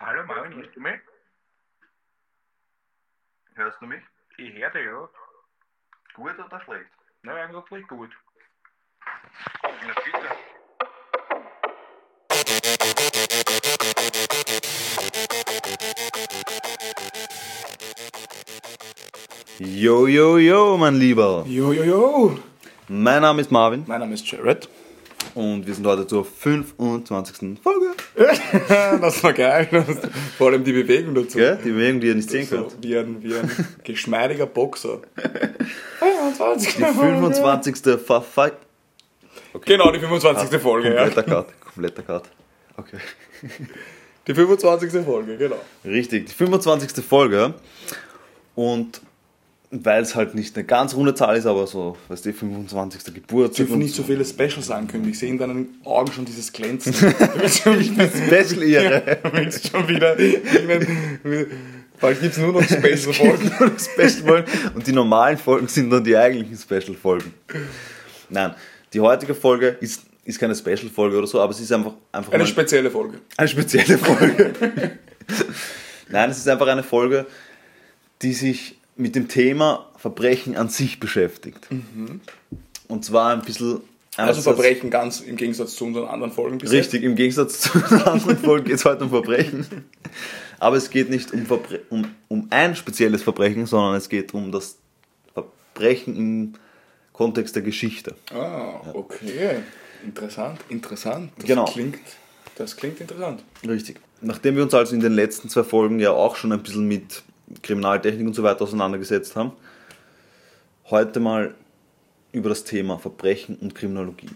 Hallo Marvin, hörst du mich? Hörst du mich? Ich höre dich, ja. Gut oder schlecht? Na, eigentlich gut. Na bitte. Yo, yo, yo, mein Lieber. Jo, jo, jo. Mein Name ist Marvin Mein Name ist Jared. und wir sind heute zur 25. Folge. Das war geil. Vor allem die Bewegung dazu. Gell? Die Bewegung, die ihr nicht sehen So könnt. wie ein geschmeidiger Boxer. 25. Die 25. Verfight. Genau, die 25. Folge, ja. Kompletter Cut. Okay. Die 25. Folge, genau. Richtig, die 25. Folge. Und weil es halt nicht eine ganz runde Zahl ist, aber so, weißt du, 25. Wir Geburtstag. dürfen und nicht so viele Specials ankündigen. Ich sehe in deinen Augen schon dieses Glänzen. Du Special ihre. willst schon wieder. Bald gibt es nur noch Special-Folgen. Special-Folgen. Und die normalen Folgen sind dann die eigentlichen Special-Folgen. Nein, die heutige Folge ist keine Special-Folge oder so, aber es ist einfach Eine mal spezielle Folge. eine spezielle Folge. Nein, es ist einfach eine Folge, die sich mit dem Thema Verbrechen an sich beschäftigt. Und zwar ein bisschen... Also Verbrechen ganz im Gegensatz zu unseren anderen Folgen bisher. Richtig, im Gegensatz zu den anderen Folgen geht es heute um Verbrechen. Aber es geht nicht um ein spezielles Verbrechen, sondern es geht um das Verbrechen im Kontext der Geschichte. Ah, okay. Interessant. Genau. Das klingt interessant. Richtig. Nachdem wir uns also in den letzten 2 Folgen ja auch schon ein bisschen mit Kriminaltechnik und so weiter auseinandergesetzt haben, heute mal über das Thema Verbrechen und Kriminologie.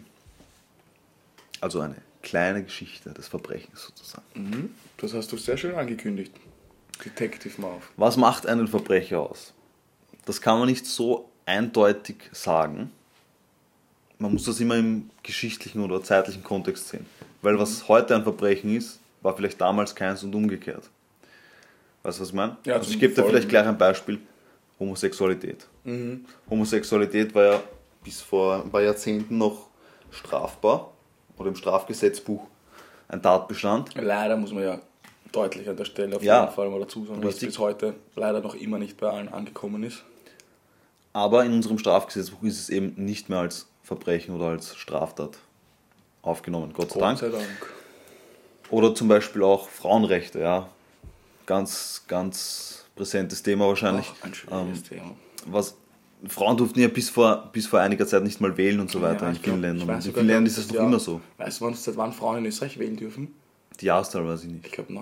Also eine kleine Geschichte des Verbrechens sozusagen. Das hast du sehr schön angekündigt. Detective Marv. Was macht einen Verbrecher aus? Das kann man nicht so eindeutig sagen. Man muss das immer im geschichtlichen oder zeitlichen Kontext sehen. Weil was heute ein Verbrechen ist, war vielleicht damals keins und umgekehrt. Weißt du, was ich meine? Ja, Also ich gebe dir voll. vielleicht gleich ein Beispiel. Homosexualität. Homosexualität war ja bis vor ein paar Jahrzehnten noch strafbar oder im Strafgesetzbuch ein Tatbestand. Leider muss man ja deutlich an der Stelle auf Ja. jeden Fall mal dazu sagen, dass es Richtig. bis heute leider noch immer nicht bei allen angekommen ist. Aber in unserem Strafgesetzbuch ist es eben nicht mehr als Verbrechen oder als Straftat aufgenommen, Gott sei Dank. Gott sei Dank. Oder zum Beispiel auch Frauenrechte, ja. Ganz, ganz präsentes Thema wahrscheinlich. Auch ein schwieriges Thema. Frauen durften ja bis vor einiger Zeit nicht mal wählen und so weiter Ja, in ich vielen glaub- Ländern. ich weiß Und in sogar, vielen Ländern dass ist es das doch Jahr- immer so. Weißt du, seit wann Frauen in Österreich wählen dürfen? Die Jahreszahl weiß ich nicht. Ich glaube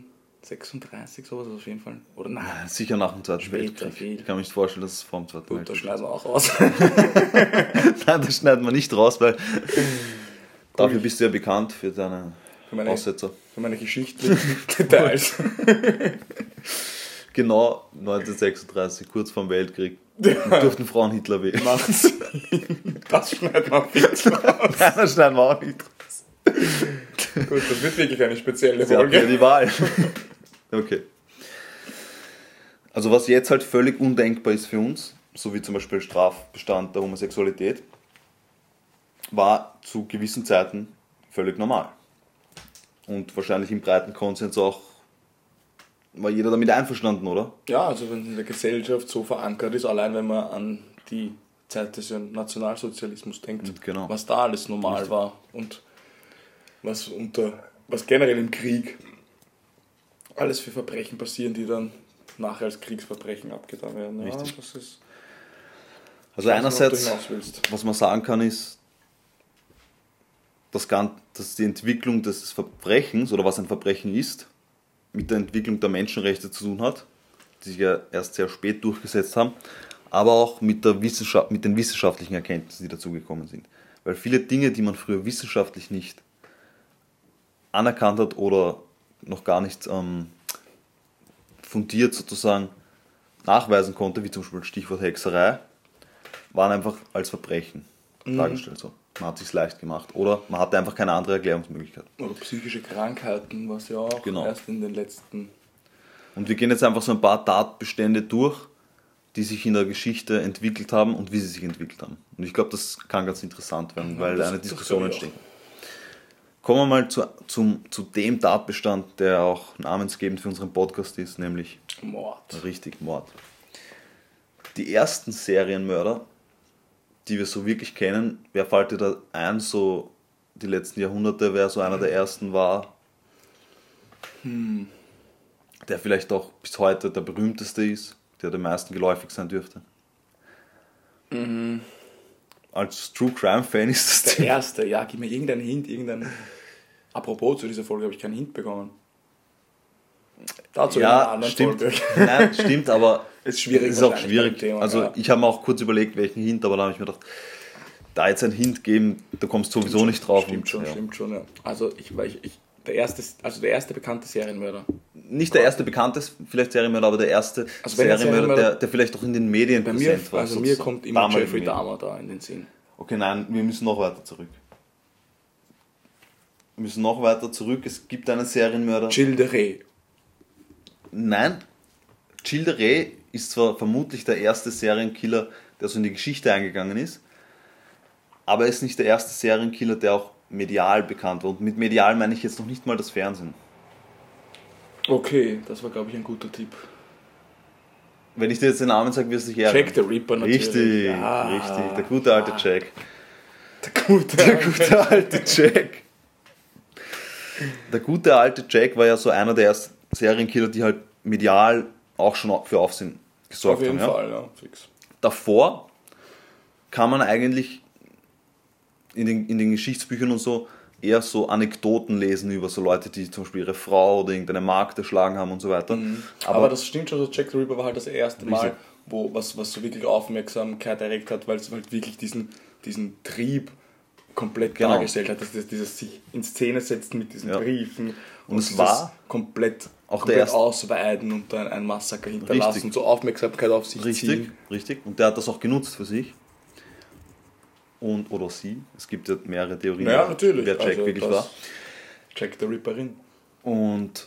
1936 sowas auf jeden Fall. Oder nein? Sicher nach dem Zweiten Später, Weltkrieg. viel. Ich kann mir nicht vorstellen, dass es vor dem Zweiten Gut, das Weltkrieg schneiden wir auch raus. Nein, das schneiden wir nicht raus, weil dafür bist du ja bekannt für deine Für meine, Aussetzer. für meine geschichtlichen Details. Genau 1936, kurz vor dem Weltkrieg, durften Frauen Hitler wählen. Macht's. Das schneiden wir auf jeden Fall raus. Nein, das schneiden wir auch nicht raus. Gut, das wird wirklich eine spezielle Sie hatten ja Folge. die Wahl. Okay. Also was jetzt halt völlig undenkbar ist für uns, so wie zum Beispiel Strafbestand der Homosexualität, war zu gewissen Zeiten völlig normal. Und wahrscheinlich im breiten Konsens auch war jeder damit einverstanden, oder? Ja, also wenn es in der Gesellschaft so verankert ist, allein wenn man an die Zeit des Nationalsozialismus denkt, Genau. was da alles normal war und was generell im Krieg alles für Verbrechen passieren, die dann nachher als Kriegsverbrechen abgetan werden. Ja, Richtig. das ist, Also ich weiß nicht, ob du einerseits, hinaus willst. was man sagen kann, ist, dass die Entwicklung des Verbrechens oder was ein Verbrechen ist, mit der Entwicklung der Menschenrechte zu tun hat, die sich ja erst sehr spät durchgesetzt haben, aber auch mit den wissenschaftlichen Erkenntnissen, die dazugekommen sind. Weil viele Dinge, die man früher wissenschaftlich nicht anerkannt hat oder noch gar nicht fundiert sozusagen nachweisen konnte, wie zum Beispiel Stichwort Hexerei, waren einfach als Verbrechen dargestellt. So. Man hat es sich leicht gemacht oder man hatte einfach keine andere Erklärungsmöglichkeit. Oder psychische Krankheiten, was ja auch Genau. erst in den letzten... Und wir gehen jetzt einfach so ein paar Tatbestände durch, die sich in der Geschichte entwickelt haben und wie sie sich entwickelt haben. Und ich glaube, das kann ganz interessant werden, weil das- eine das Diskussion glaube ich entsteht. Kommen wir mal zu dem Tatbestand, der auch namensgebend für unseren Podcast ist, nämlich Mord. richtig Mord. Die ersten Serienmörder, die wir so wirklich kennen, wer fällt dir da ein, so die letzten Jahrhunderte, wer so einer der ersten war? Der vielleicht auch bis heute der berühmteste ist, der den meisten geläufig sein dürfte. Als True Crime Fan ist das Der erste, ja, gib mir irgendeinen Hint, Apropos, zu dieser Folge habe ich keinen Hint bekommen. Dazu in einer Ja, anderen stimmt. Folge. Nein, stimmt, aber Ist schwierig ist auch wahrscheinlich schwierig. beim Thema, Also ja. ich habe mir auch kurz überlegt, welchen Hint, aber da habe ich mir gedacht, da jetzt einen Hint geben, da kommst du sowieso nicht drauf. Stimmt und, schon, ja. Also der erste bekannte Serienmörder. Nicht der erste bekannte vielleicht Serienmörder, aber der erste Also wenn der Serienmörder, Serienmörder- der vielleicht auch in den Medien Bei mir, präsent war. also mir sozusagen. kommt immer Damals Jeffrey in den Medien. Dahmer da in den Sinn. Okay, nein, wir müssen noch weiter zurück. Wir müssen noch weiter zurück. Es gibt einen Serienmörder. Gilles de Rais. Nein, Gilles de Rais ist zwar vermutlich der erste Serienkiller, der so in die Geschichte eingegangen ist, aber er ist nicht der erste Serienkiller, der auch medial bekannt war. Und mit medial meine ich jetzt noch nicht mal das Fernsehen. Okay, das war, glaube ich, ein guter Tipp. Wenn ich dir jetzt den Namen sage, wirst du dich ärgern. Jack the Ripper natürlich. Richtig, Ja. richtig. Der gute alte Jack. Der gute. Der gute alte Jack. Der gute alte Jack war ja so einer der ersten Serienkiller, die halt medial auch schon für Aufsehen gesorgt Auf jeden haben. Ja? Fall, ja, fix. Davor kann man eigentlich in den Geschichtsbüchern und so eher so Anekdoten lesen über so Leute, die zum Beispiel ihre Frau oder irgendeine Magd erschlagen haben und so weiter. Aber das stimmt schon, so Jack the Ripper war halt das erste Mal, Richtig. was so wirklich Aufmerksamkeit erregt hat, weil es halt wirklich diesen Trieb komplett Genau. dargestellt hat, dass dieses sich in Szene setzt mit diesen Ja. Briefen Und es dieses war komplett, auch komplett der erste- ausweiden und dann ein Massaker hinterlassen Richtig. und so Aufmerksamkeit auf sich Richtig, ziehen. richtig. Und der hat das auch genutzt für sich. Oder sie. Es gibt ja mehrere Theorien, Ja, natürlich. wer Jack Also wirklich das- war. Jack the Ripperin. Und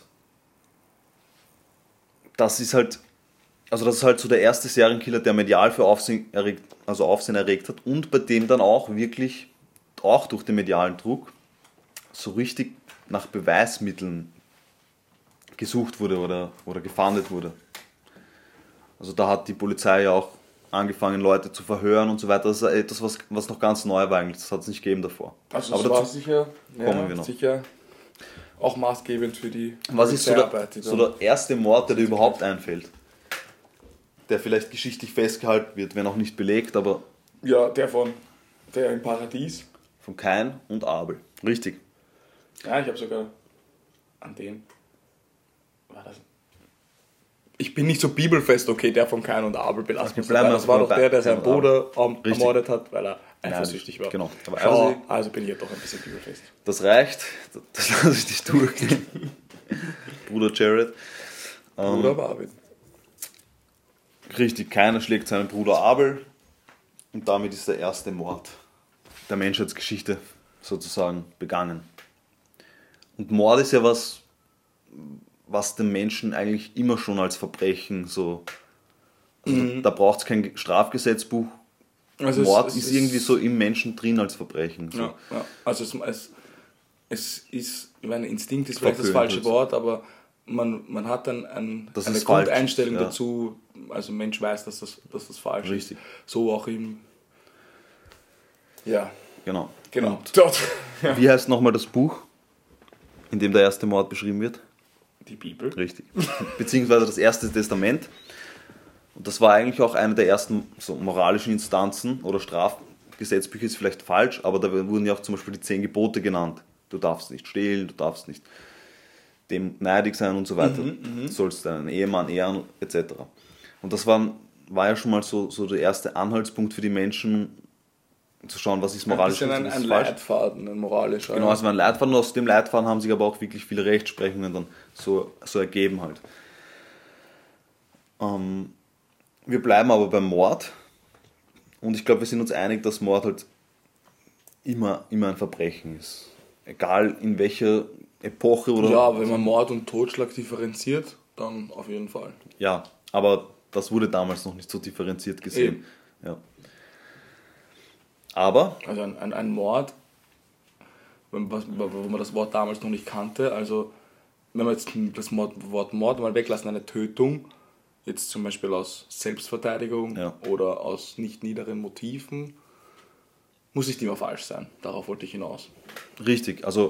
das ist halt so der erste Serienkiller, der medial für Aufsehen erregt hat und bei dem dann auch wirklich, auch durch den medialen Druck, so richtig nach Beweismitteln gesucht wurde oder gefahndet wurde. Also da hat die Polizei ja auch angefangen, Leute zu verhören und so weiter. Das ist etwas, was noch ganz neu war eigentlich. Das hat es nicht gegeben davor. Also Aber das war dazu sicher, kommen wir noch. sicher auch maßgebend für die Was ist so Polizeiarbeit, die der dann- erste Mord, der dir überhaupt einfällt? Der vielleicht geschichtlich festgehalten wird, wenn auch nicht belegt, aber Ja, der im Paradies. von Kain und Abel. Richtig. Ja, ich habe sogar an den. War das? Ich bin nicht so bibelfest, okay, der von Kain und Abel belastet. Okay, bleiben wir Das war doch bei der Kain seinen und Bruder Richtig. ermordet hat, weil er eifersüchtig war. genau. Aber Schau, also bin ich ja doch ein bisschen bibelfest. Das reicht. Das lasse ich dich durchgehen. Bruder Jared. Bruder Marvin. Richtig, keiner schlägt seinen Bruder Abel. Und damit ist der erste Mord der Menschheitsgeschichte sozusagen begangen. Und Mord ist ja was den Menschen eigentlich immer schon als Verbrechen so. Also da braucht es kein Strafgesetzbuch. Also Mord ist irgendwie so im Menschen drin als Verbrechen. So. Ja, ja. Also es ist, ich meine, Instinkt ist vielleicht das Verpönt falsche ist. Wort, aber man hat dann Das eine ist falsch, Grundeinstellung ja. dazu, also ein Mensch weiß, dass das falsch Richtig. ist. So auch im... Ja, Genau. genau. Und Dort. wie heißt nochmal das Buch, in dem der erste Mord beschrieben wird? Die Bibel. Richtig. Beziehungsweise das erste Testament. Und das war eigentlich auch eine der ersten so moralischen Instanzen oder Strafgesetzbücher ist vielleicht falsch, aber da wurden ja auch zum Beispiel die 10 Gebote genannt. Du darfst nicht stehlen, du darfst nicht dem neidig sein und so weiter. Du sollst deinen Ehemann ehren etc. Und das war ja schon mal so der erste Anhaltspunkt für die Menschen, zu schauen, was ist moralisch Ein richtig, bisschen was ein ist falsch. Leitfaden, ein moralischer. Genau, es war ein Leitfaden und aus dem Leitfaden haben sich aber auch wirklich viele Rechtsprechungen dann so ergeben halt. Wir bleiben aber beim Mord und ich glaube, wir sind uns einig, dass Mord halt immer ein Verbrechen ist. Egal in welcher Epoche oder... Ja, aber wenn man Mord und Totschlag differenziert, dann auf jeden Fall. Ja, aber das wurde damals noch nicht so differenziert gesehen. Ja. Aber, Also ein Mord wo man das Wort damals noch nicht kannte. Also wenn man jetzt das Wort Mord mal weglassen, eine Tötung, jetzt zum Beispiel aus Selbstverteidigung Ja. oder aus nicht niederen Motiven, muss nicht immer falsch sein. Darauf wollte ich hinaus. Richtig, also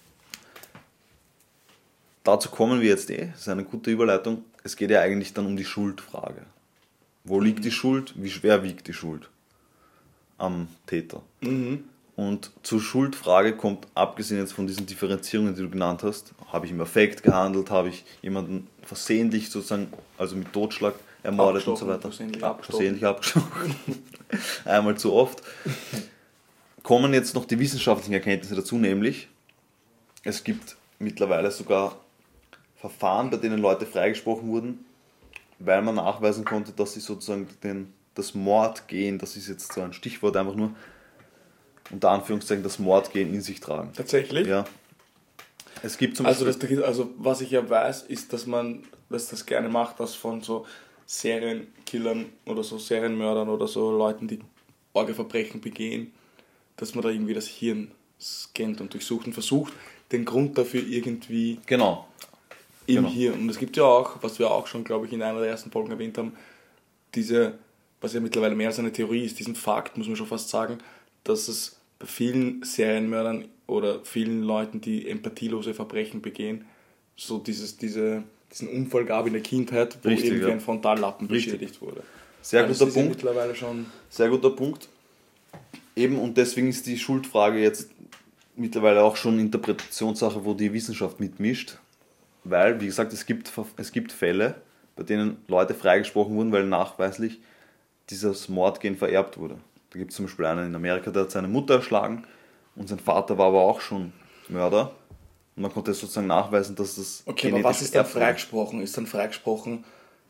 dazu kommen wir jetzt das ist eine gute Überleitung. Es geht ja eigentlich dann um die Schuldfrage. Wo liegt die Schuld? Wie schwer wiegt die Schuld am Täter? Und zur Schuldfrage kommt, abgesehen jetzt von diesen Differenzierungen, die du genannt hast, habe ich im Affekt gehandelt, habe ich jemanden versehentlich sozusagen, also mit Totschlag ermordet und so weiter. Versehentlich abgestochen. Einmal zu oft. Kommen jetzt noch die wissenschaftlichen Erkenntnisse dazu, nämlich es gibt mittlerweile sogar Verfahren, bei denen Leute freigesprochen wurden, weil man nachweisen konnte, dass sie sozusagen das Mordgehen, das ist jetzt so ein Stichwort, einfach nur unter Anführungszeichen das Mordgehen in sich tragen. Tatsächlich? Ja. Es gibt zum Also, Beispiel... also was ich ja weiß, ist, dass man das gerne macht, dass von so Serienkillern oder so Serienmördern oder so Leuten, die Orgeverbrechen begehen, dass man da irgendwie das Hirn scannt und durchsucht und versucht, den Grund dafür irgendwie Genau. im Genau. Hirn. Und es gibt ja auch, was wir auch schon, glaube ich, in einer der ersten Folgen erwähnt haben, diese, was ja mittlerweile mehr als eine Theorie ist, diesen Fakt, muss man schon fast sagen, dass es bei vielen Serienmördern oder vielen Leuten, die empathielose Verbrechen begehen, so diesen Unfall gab in der Kindheit, wo Richtig, irgendwie ja. ein Frontallappen Richtig. beschädigt wurde. Sehr Also guter das ist ja Punkt. mittlerweile schon... Sehr guter Punkt. Eben, und deswegen ist die Schuldfrage jetzt mittlerweile auch schon Interpretationssache, wo die Wissenschaft mitmischt. Weil, wie gesagt, es gibt Fälle, bei denen Leute freigesprochen wurden, weil nachweislich dieses Mordgehen vererbt wurde. Da gibt es zum Beispiel einen in Amerika, der hat seine Mutter erschlagen und sein Vater war aber auch schon Mörder. Und man konnte sozusagen nachweisen, dass das Okay, aber genetisch was ist dann vererbt wurde. freigesprochen? Ist dann freigesprochen,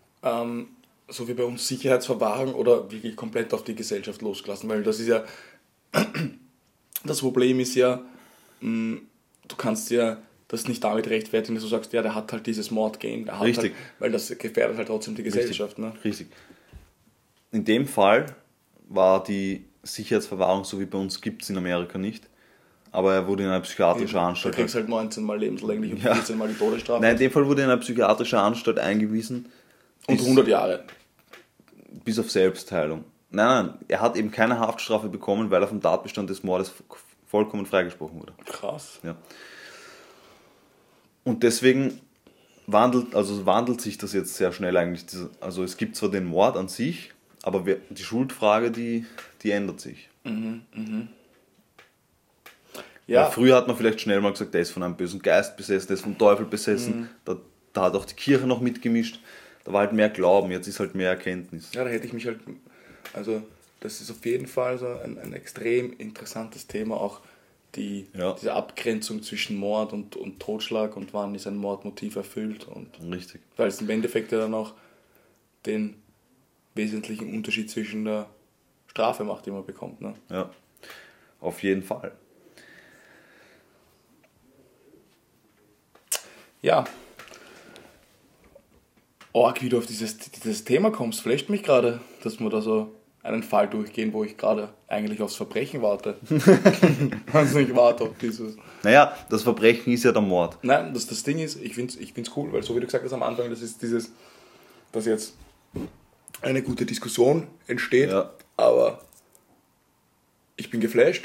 so wie bei uns Sicherheitsverwahrung oder wirklich komplett auf die Gesellschaft losgelassen? Weil das ist ja, das Problem ist ja, du kannst ja das nicht damit rechtfertigen, dass du sagst, ja, der hat halt dieses Mordgehen, der hat Richtig. halt, weil das gefährdet halt trotzdem die Gesellschaft. Ne? Richtig. In dem Fall war die Sicherheitsverwahrung, so wie bei uns, gibt es in Amerika nicht. Aber er wurde in einer psychiatrischen Du Anstalt. kriegst halt 19 Mal lebenslänglich und Ja. 14 Mal die Todesstrafe. Nein, in dem Fall wurde er in einer psychiatrischen Anstalt eingewiesen. und bis- 100 Jahre. Bis auf Selbstheilung. Nein, er hat eben keine Haftstrafe bekommen, weil er vom Tatbestand des Mordes vollkommen freigesprochen wurde. Krass. Ja. Und deswegen wandelt sich das jetzt sehr schnell eigentlich. Also es gibt zwar den Mord an sich, aber die Schuldfrage, die ändert sich. Ja, Weil früher hat man vielleicht schnell mal gesagt, der ist von einem bösen Geist besessen, der ist vom Teufel besessen. Da hat auch die Kirche noch mitgemischt. Da war halt mehr Glauben, jetzt ist halt mehr Erkenntnis. ja, da hätte ich mich halt, also das ist auf jeden Fall so ein extrem interessantes Thema, auch diese Abgrenzung zwischen Mord und Totschlag und wann ist ein Mordmotiv erfüllt und Richtig. weil es im Endeffekt ja dann auch den wesentlichen Unterschied zwischen der Strafe macht, die man bekommt. Ne? Ja, auf jeden Fall. Ja. Org, wie du auf dieses Thema kommst, flasht mich gerade, dass wir da so einen Fall durchgehen, wo ich gerade eigentlich aufs Verbrechen warte. Also ich warte auf dieses. Naja, das Verbrechen ist ja der Mord. Nein, das Ding ist, ich find's cool, weil so wie du gesagt hast am Anfang, das ist dieses, dass jetzt eine gute Diskussion entsteht, Ja. aber ich bin geflasht.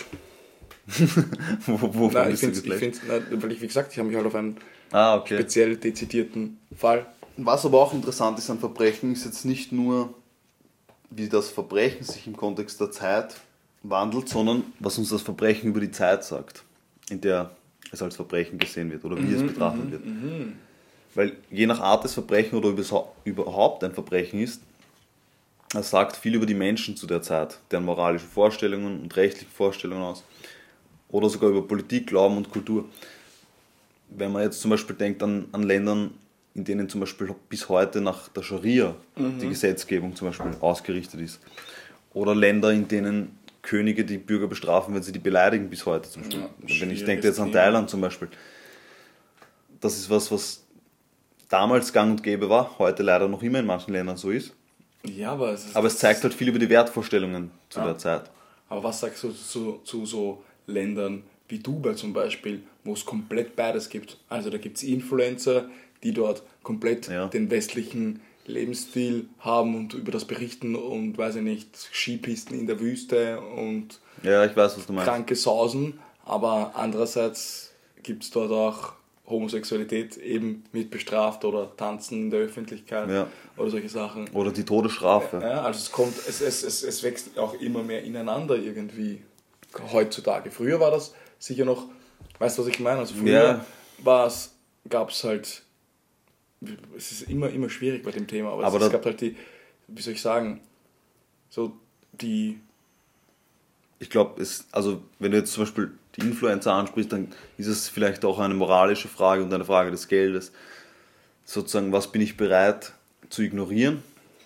Wovon Nein, bist du geflasht? weil ich, wie gesagt, ich habe mich halt auf einen Okay. speziell dezidierten Fall. Was aber auch interessant ist an Verbrechen, ist jetzt nicht nur, wie das Verbrechen sich im Kontext der Zeit wandelt, sondern was uns das Verbrechen über die Zeit sagt, in der es als Verbrechen gesehen wird oder wie es betrachtet wird. Weil je nach Art des Verbrechens oder überhaupt ein Verbrechen ist, das sagt viel über die Menschen zu der Zeit, deren moralischen Vorstellungen und rechtlichen Vorstellungen aus. Oder sogar über Politik, Glauben und Kultur. Wenn man jetzt zum Beispiel denkt an Ländern, in denen zum Beispiel bis heute nach der Scharia die Gesetzgebung zum Beispiel ausgerichtet ist. Oder Länder, in denen Könige die Bürger bestrafen, wenn sie die beleidigen bis heute zum Beispiel. Ja, Wenn ich schwieriges denke jetzt an Thema. Thailand zum Beispiel. Das ist was damals gang und gäbe war, heute leider noch immer in manchen Ländern so ist. Ja, aber Aber es zeigt halt viel über die Wertvorstellungen zu Ja. der Zeit. Aber was sagst du zu so Ländern wie Dubai zum Beispiel, wo es komplett beides gibt. Also da gibt es Influencer, die dort komplett den westlichen Lebensstil haben und über das berichten und, weiß ich nicht, Skipisten in der Wüste und Ja, ich weiß, was du meinst. kranke Sausen, aber andererseits gibt es dort auch Homosexualität eben mit bestraft oder Tanzen in der Öffentlichkeit oder solche Sachen. Oder die Todesstrafe. Ja, also es wächst auch immer mehr ineinander irgendwie heutzutage. Früher war das sicher noch, weißt du, was ich meine? Also früher gab es halt, es ist immer schwierig bei dem Thema, aber es gab halt die, wie soll ich sagen, so die... Ich glaube, also wenn du jetzt zum Beispiel die Influencer ansprichst, dann ist es vielleicht auch eine moralische Frage und eine Frage des Geldes. Sozusagen, was bin ich bereit zu ignorieren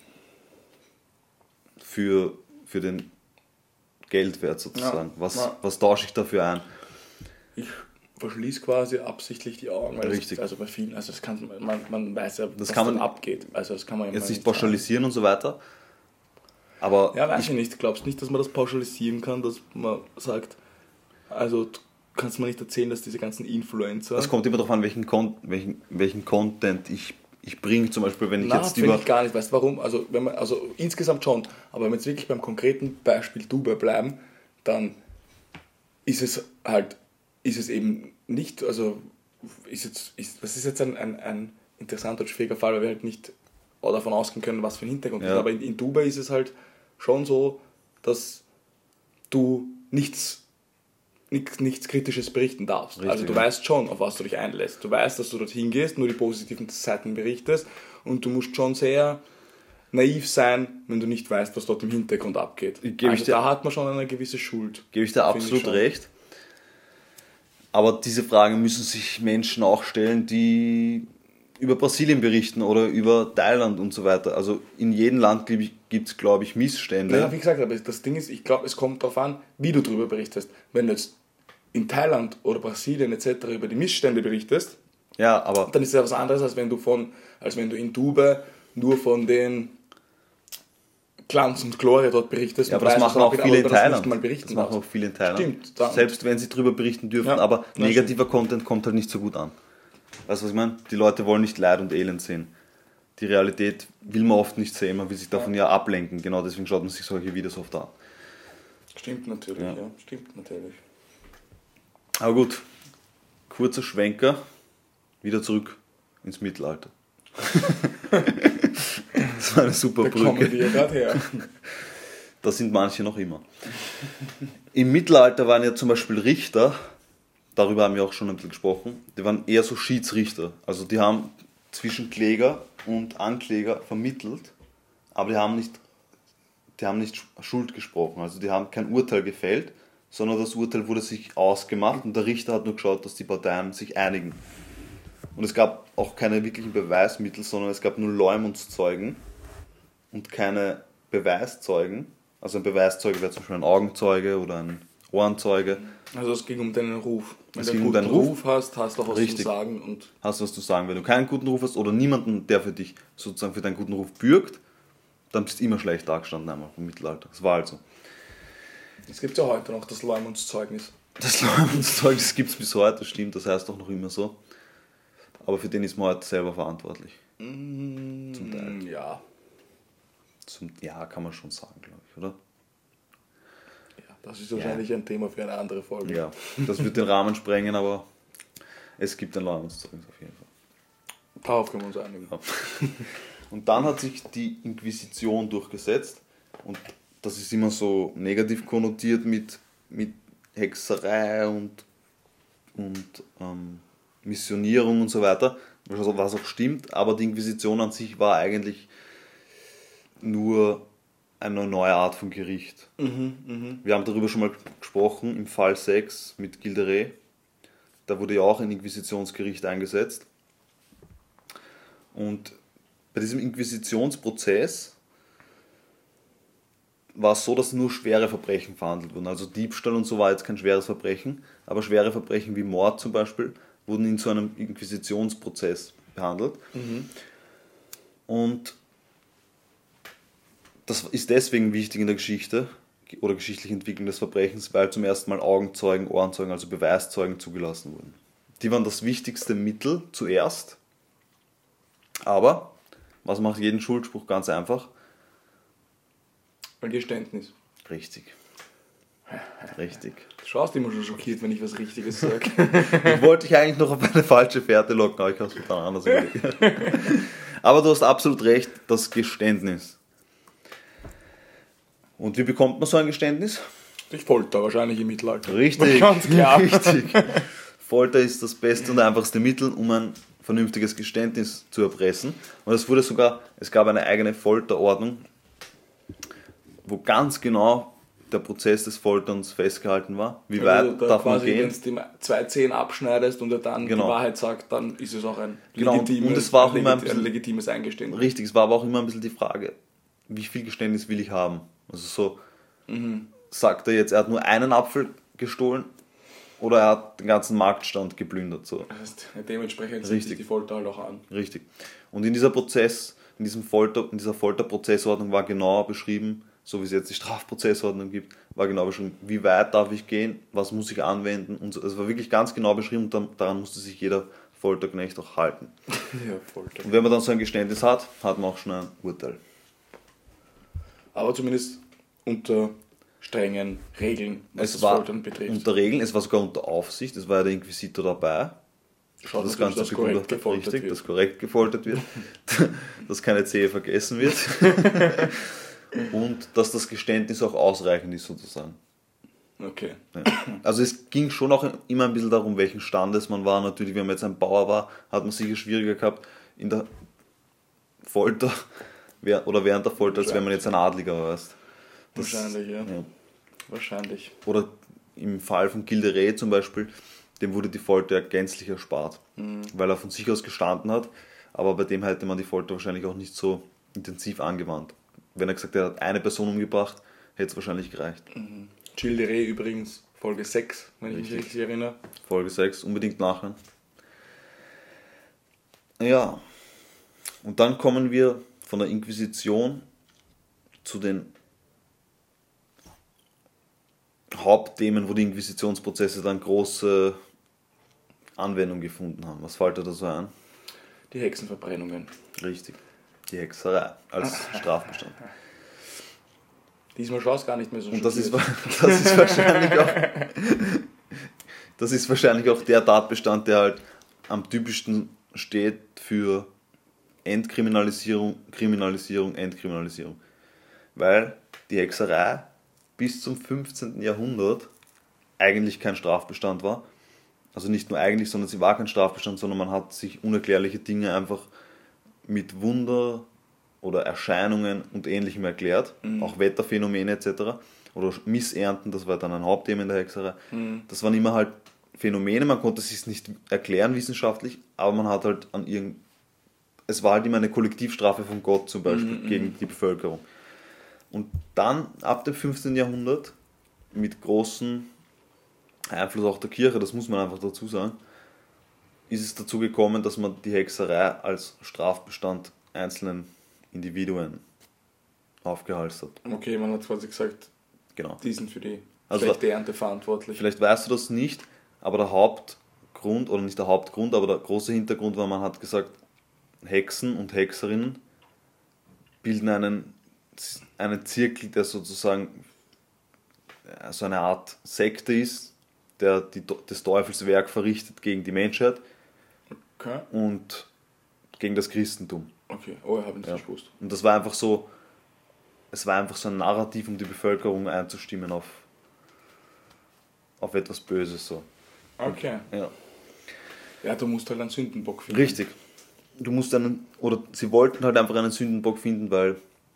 für den Geldwert sozusagen? Was tausche ich dafür ein? Ich verschließe quasi absichtlich die Augen, weil Richtig. also bei vielen, also das kann, man weiß ja, das was kann man dann abgeht. Also das kann man jetzt nicht pauschalisieren und so weiter. Aber ja, weiß ich nicht. Glaubst nicht, dass man das pauschalisieren kann, dass man sagt, also du kannst mir nicht erzählen, dass diese ganzen Influencer... es kommt immer darauf an, welchen Content ich bringe. Zum Beispiel, wenn ich jetzt finde ich gar nicht. Weißt du warum? Also insgesamt schon. Aber wenn wir jetzt wirklich beim konkreten Beispiel Dubai bleiben, dann ist es eben nicht, also das ist jetzt ein interessanter und schwieriger Fall, weil wir halt nicht davon ausgehen können, was für ein Hintergrund ist. Aber in Dubai ist es halt schon so, dass du nichts Kritisches berichten darfst. Richtig, also du weißt schon, auf was du dich einlässt. Du weißt, dass du dorthin gehst, nur die positiven Seiten berichtest und du musst schon sehr naiv sein, wenn du nicht weißt, was dort im Hintergrund abgeht. Da hat man schon eine gewisse Schuld. Gebe ich dir absolut recht. Aber diese Frage müssen sich Menschen auch stellen, die über Brasilien berichten oder über Thailand und so weiter. Also in jedem Land gibt es, glaube ich, Missstände. Ja, wie gesagt, aber das Ding ist, ich glaube, es kommt darauf an, wie du darüber berichtest. Wenn du jetzt in Thailand oder Brasilien etc. über die Missstände berichtest, dann ist es ja was anderes, als wenn du in Dubai nur von den Glanz und Gloria dort berichtest. Ja, aber das machen auch viele in Thailand. Das machen auch viele in Thailand. Stimmt. Selbst wenn sie darüber berichten dürfen, aber negativer Content kommt halt nicht so gut an. Weißt du, was ich meine? Die Leute wollen nicht Leid und Elend sehen. Die Realität will man oft nicht sehen, man will sich davon ablenken. Genau deswegen schaut man sich solche Videos oft an. Stimmt natürlich, stimmt natürlich. Aber gut, kurzer Schwenker, wieder zurück ins Mittelalter. Das war eine super Brücke. Da kommen wir ja gerade her. Da sind manche noch immer. Im Mittelalter waren ja zum Beispiel Richter, darüber haben wir auch schon ein bisschen gesprochen, die waren eher so Schiedsrichter. Also die haben zwischen Kläger und Ankläger vermittelt, aber die haben nicht Schuld gesprochen. Also die haben kein Urteil gefällt, sondern das Urteil wurde sich ausgemacht und der Richter hat nur geschaut, dass die Parteien sich einigen. Und es gab auch keine wirklichen Beweismittel, sondern es gab nur Leumundszeugen und keine Beweiszeugen. Also ein Beweiszeuge wäre zum Beispiel ein Augenzeuge oder ein Ohrenzeuge. Also es ging um deinen Ruf. Wenn du einen guten Ruf hast, hast du auch was zu sagen. Und hast du was zu sagen. Wenn du keinen guten Ruf hast oder niemanden, der für dich sozusagen für deinen guten Ruf bürgt, dann bist du immer schlecht dagestanden einmal im Mittelalter. Das war also. Es gibt ja heute noch das Leumundszeugnis. Das Leumundszeugnis gibt es bis heute, stimmt. Das heißt auch noch immer so. Aber für den ist man heute selber verantwortlich. Zum Teil. Ja. Ja, kann man schon sagen, glaube ich, oder? Ja, das ist wahrscheinlich ein Thema für eine andere Folge. Ja, das wird den Rahmen sprengen, aber es gibt ein Leumundszeugnis auf jeden Fall. Darauf können wir uns einigen. Ja. Und dann hat sich die Inquisition durchgesetzt und das ist immer so negativ konnotiert mit Hexerei und Missionierung und so weiter, was auch stimmt, aber die Inquisition an sich war eigentlich nur eine neue Art von Gericht. Wir haben darüber schon mal gesprochen, im Fall 6 mit Gilderay. Da wurde ja auch ein Inquisitionsgericht eingesetzt. Und bei diesem Inquisitionsprozess war es so, dass nur schwere Verbrechen verhandelt wurden. Also Diebstahl und so war jetzt kein schweres Verbrechen, aber schwere Verbrechen wie Mord zum Beispiel wurden in so einem Inquisitionsprozess behandelt. Und das ist deswegen wichtig in der Geschichte. oder geschichtliche Entwicklung des Verbrechens, weil zum ersten Mal Augenzeugen, Ohrenzeugen, also Beweiszeugen zugelassen wurden. Die waren das wichtigste Mittel zuerst, aber was macht jeden Schuldspruch ganz einfach? Ein Geständnis. Richtig. Richtig. Du schaust immer schon schockiert, wenn ich was Richtiges sage. Ich wollte dich eigentlich noch auf eine falsche Fährte locken, aber ich habe es dann anders überlegt. Aber du hast absolut recht, das Geständnis. Und wie bekommt man so ein Geständnis? Durch Folter, wahrscheinlich im Mittelalter. Richtig. Ganz klar. Richtig. Folter ist das beste und einfachste Mittel, um ein vernünftiges Geständnis zu erpressen. Und es gab eine eigene Folterordnung, wo ganz genau der Prozess des Folterns festgehalten war. Wie weit darf man gehen? Wenn du die 2 Zehen abschneidest und er dann Genau. die Wahrheit sagt, dann ist es auch ein Genau, legitimes, und es war auch immer ein legitimes Eingeständnis. Richtig, es war aber auch immer ein bisschen die Frage, wie viel Geständnis will ich haben? Also so, sagt er jetzt, er hat nur einen Apfel gestohlen oder er hat den ganzen Marktstand geplündert. So. Das heißt, dementsprechend sieht Richtig. sich die Folter halt auch an. Richtig. Und in dieser Folterprozessordnung war genau beschrieben, so wie es jetzt die Strafprozessordnung gibt, war genau beschrieben, wie weit darf ich gehen, was muss ich anwenden und so. Es war wirklich ganz genau beschrieben und daran musste sich jeder Folterknecht auch halten. Ja, Folter. Und wenn man dann so ein Geständnis hat, hat man auch schon ein Urteil. Aber zumindest unter strengen Regeln, was Es das war Foltern betrifft. unter Regeln, es war sogar unter Aufsicht, es war ja der Inquisitor dabei. Schaut Das natürlich, Ganze dass korrekt begutachtet, gefoltert richtig, wird. dass korrekt gefoltert wird, dass keine Zehe vergessen wird und dass das Geständnis auch ausreichend ist sozusagen. Okay. Ja. Also es ging schon auch immer ein bisschen darum, welchen Standes man war. Natürlich, wenn man jetzt ein Bauer war, hat man sicher schwieriger gehabt in der Folter oder während der Folter, als wenn man jetzt ein Adliger war. Weißt. Wahrscheinlich, ja. Ja. Wahrscheinlich. Oder im Fall von Gilderay zum Beispiel, dem wurde die Folter ja gänzlich erspart, weil er von sich aus gestanden hat, aber bei dem hätte man die Folter wahrscheinlich auch nicht so intensiv angewandt. Wenn er gesagt hat, er hat eine Person umgebracht, hätte es wahrscheinlich gereicht. Gilles de Rais übrigens, Folge 6, wenn ich mich Richtig. richtig erinnere. Folge 6, unbedingt nachhören. Ja, und dann kommen wir von der Inquisition zu den Hauptthemen, wo die Inquisitionsprozesse dann große Anwendung gefunden haben. Was fällt dir da so ein? Die Hexenverbrennungen. Richtig, die Hexerei als Strafbestand. Diesmal schaust gar nicht mehr so Und das ist schockiert. wahrscheinlich auch der Tatbestand, der halt am typischsten steht für Entkriminalisierung, Kriminalisierung, Entkriminalisierung. Weil die Hexerei bis zum 15. Jahrhundert eigentlich kein Strafbestand war. Also nicht nur eigentlich, sondern sie war kein Strafbestand, sondern man hat sich unerklärliche Dinge einfach mit Wunder oder Erscheinungen und Ähnlichem erklärt. Auch Wetterphänomene etc. Oder Missernten, das war dann ein Hauptthema in der Hexerei. Das waren immer halt Phänomene, man konnte es sich nicht erklären wissenschaftlich, aber man hat halt es war halt immer eine Kollektivstrafe von Gott zum Beispiel gegen die Bevölkerung. Und dann ab dem 15. Jahrhundert mit großem Einfluss auch der Kirche, das muss man einfach dazu sagen, ist es dazu gekommen, dass man die Hexerei als Strafbestand einzelnen Individuen aufgehalst hat. Okay, man hat quasi gesagt, Genau. die sind für die Also schlechte Ernte verantwortlich. Vielleicht weißt du das nicht, aber der Hauptgrund, oder nicht der Hauptgrund, aber der große Hintergrund war, man hat gesagt, Hexen und Hexerinnen bilden einen Zirkel, der sozusagen so eine Art Sekte ist, der des Teufels Werk verrichtet gegen die Menschheit Okay. und gegen das Christentum. Okay, oh, ich habe nicht Ja. gewusst. Und das war einfach so, es war einfach so ein Narrativ, um die Bevölkerung einzustimmen auf etwas Böses. So. Okay. Ja. Ja, du musst halt einen Sündenbock finden. Richtig. Sie wollten halt einfach einen Sündenbock finden, weil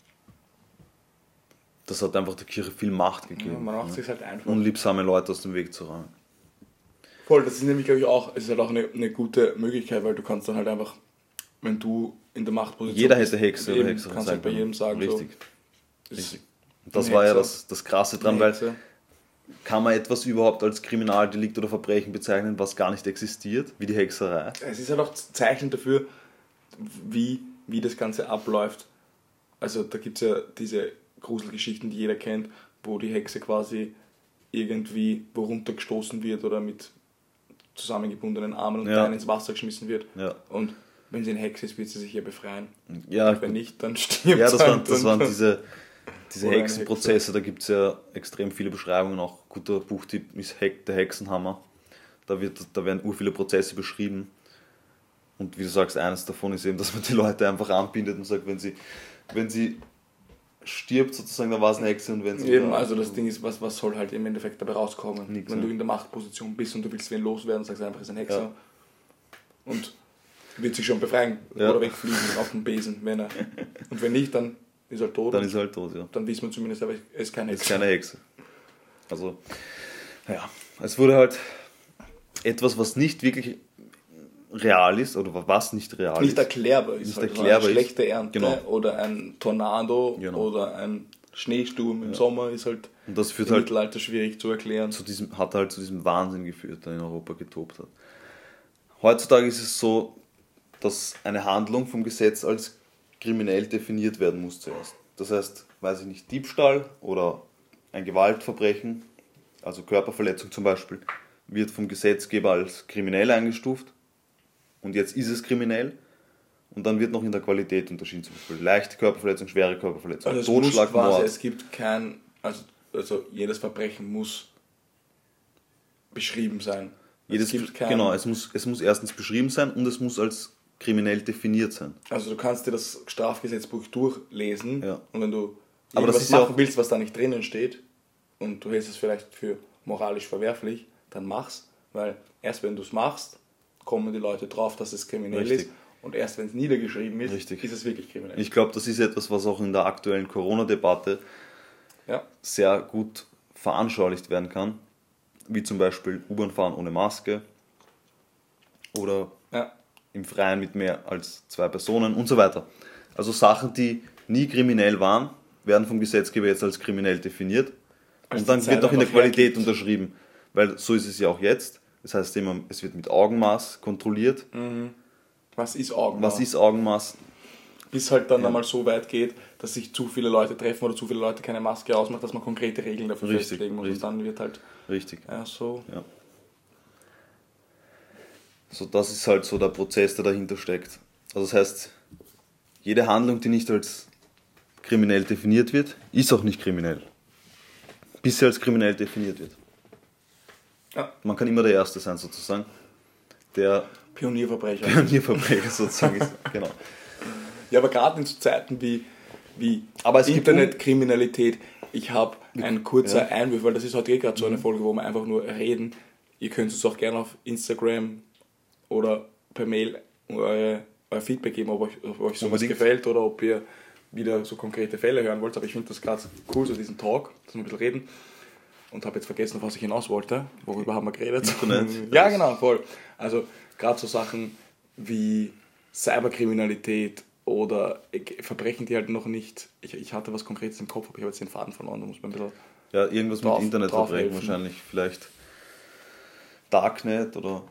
das hat einfach der Kirche viel Macht Ja, gegeben. man macht sich halt einfach. Unliebsame Leute aus dem Weg zu räumen. Voll, das ist nämlich, glaube ich, auch, es ist halt auch eine gute Möglichkeit, weil du kannst dann halt einfach, wenn du in der Machtposition Jeder bist, hätte Hexe eben, oder Hexerin kannst sein halt bei können. jedem sagen, Richtig. so, Richtig. ist Das ein war ja Hexer, das Krasse dran, eine weil Hexe. kann man etwas überhaupt als Kriminaldelikt oder Verbrechen bezeichnen, was gar nicht existiert, wie die Hexerei? Es ist halt auch Zeichen dafür, wie das Ganze abläuft. Also da gibt es ja diese Gruselgeschichten, die jeder kennt, wo die Hexe quasi irgendwie worunter gestoßen wird oder mit zusammengebundenen Armen und Beinen ins Wasser geschmissen wird. Ja. Und wenn sie eine Hexe ist, wird sie sich ja befreien. Ja, Und wenn nicht, dann stirbt ja, sie das waren und- diese Oder eine Hexenprozesse, da gibt es ja extrem viele Beschreibungen, auch guter Buchtipp ist der Hexenhammer. Da werden viele Prozesse beschrieben. Und wie du sagst, eines davon ist eben, dass man die Leute einfach anbindet und sagt, wenn sie stirbt sozusagen, dann war es eine Hexe und wenn sie... Eben, also das Ding ist, was soll halt im Endeffekt dabei rauskommen? Nix, wenn ja. du in der Machtposition bist und du willst wen loswerden, sagst du einfach, es ist ein Hexer. Ja. Und wird sich schon befreien Ja. oder wegfliegen auf dem Besen, wenn er. Und wenn nicht, dann ist er tot. Dann ist er halt tot, ja. Dann wissen wir zumindest, aber er ist kein Ist Hexer. keine Hexe. Also, ja, es wurde halt etwas, was nicht wirklich real ist, oder was nicht real Nicht ist. erklärbar ist. Nicht halt. erklärbar Eine ist. schlechte Ernte Genau. oder ein Tornado Genau. oder ein Schneesturm im Sommer ist halt Und das führt im halt Mittelalter schwierig zu erklären. hat halt zu diesem Wahnsinn geführt, der in Europa getobt hat. Heutzutage ist es so, dass eine Handlung vom Gesetz als kriminell definiert werden muss zuerst. Das heißt, weiß ich nicht, Diebstahl oder ein Gewaltverbrechen, also Körperverletzung zum Beispiel, wird vom Gesetzgeber als kriminell eingestuft und jetzt ist es kriminell und dann wird noch in der Qualität unterschieden, zum Beispiel leichte Körperverletzung, schwere Körperverletzung, Also es Totschlag, muss quasi, Mord. es gibt kein, also jedes Verbrechen muss beschrieben sein. Es gibt kein, Genau, es muss erstens beschrieben sein und es muss als kriminell definiert sein. Also du kannst dir das Strafgesetzbuch durchlesen Ja. und wenn du Aber das irgendwas ist ja machen auch- willst, was da nicht drinnen steht und du hältst es vielleicht für moralisch verwerflich, dann mach's, weil erst wenn du es machst, kommen die Leute drauf, dass es kriminell Richtig. ist und erst wenn es niedergeschrieben ist, Richtig. ist es wirklich kriminell. Ich glaube, das ist etwas, was auch in der aktuellen Corona-Debatte Ja. sehr gut veranschaulicht werden kann, wie zum Beispiel U-Bahn-Fahren ohne Maske oder Ja. im Freien mit mehr als 2 Personen und so weiter. Also Sachen, die nie kriminell waren, werden vom Gesetzgeber jetzt als kriminell definiert Als und dann die Zeit wird auch in der einfach Qualität hergibt. unterschrieben, weil so ist es ja auch jetzt. Das heißt immer, es wird mit Augenmaß kontrolliert. Was ist Augenmaß? Was ist Augenmaß? Bis halt dann einmal so weit geht, dass sich zu viele Leute treffen oder zu viele Leute keine Maske ausmacht, dass man konkrete Regeln dafür Richtig, festlegen muss. richtig. Und dann wird halt Richtig. so. Ja. So, das ist halt so der Prozess, der dahinter steckt. Also das heißt, jede Handlung, die nicht als kriminell definiert wird, ist auch nicht kriminell. Bis sie als kriminell definiert wird. Ja. Man kann immer der Erste sein, sozusagen. Der Pionierverbrecher. Pionierverbrecher sozusagen ist. Genau. Ja, aber gerade in so Zeiten wie Aber es gibt Internetkriminalität, ich habe ein kurzer Ja. Einwurf, weil das ist heute gerade so eine Folge, wo wir einfach nur reden. Ihr könnt uns auch gerne auf Instagram oder per Mail euer Feedback geben, ob euch sowas Unbedingt. gefällt oder ob ihr wieder so konkrete Fälle hören wollt. Aber ich finde das gerade cool, so diesen Talk, dass wir ein bisschen reden. Und habe jetzt vergessen, auf was ich hinaus wollte. Worüber haben wir geredet? Internet. Ja, genau, voll. Also gerade so Sachen wie Cyberkriminalität oder Verbrechen, die halt noch nicht... Ich hatte was Konkretes im Kopf, aber ich habe jetzt den Faden verloren. Da muss man ein bisschen... Ja, irgendwas Drauf- mit Internetverbrechen draufhelfen. wahrscheinlich. Vielleicht Darknet oder...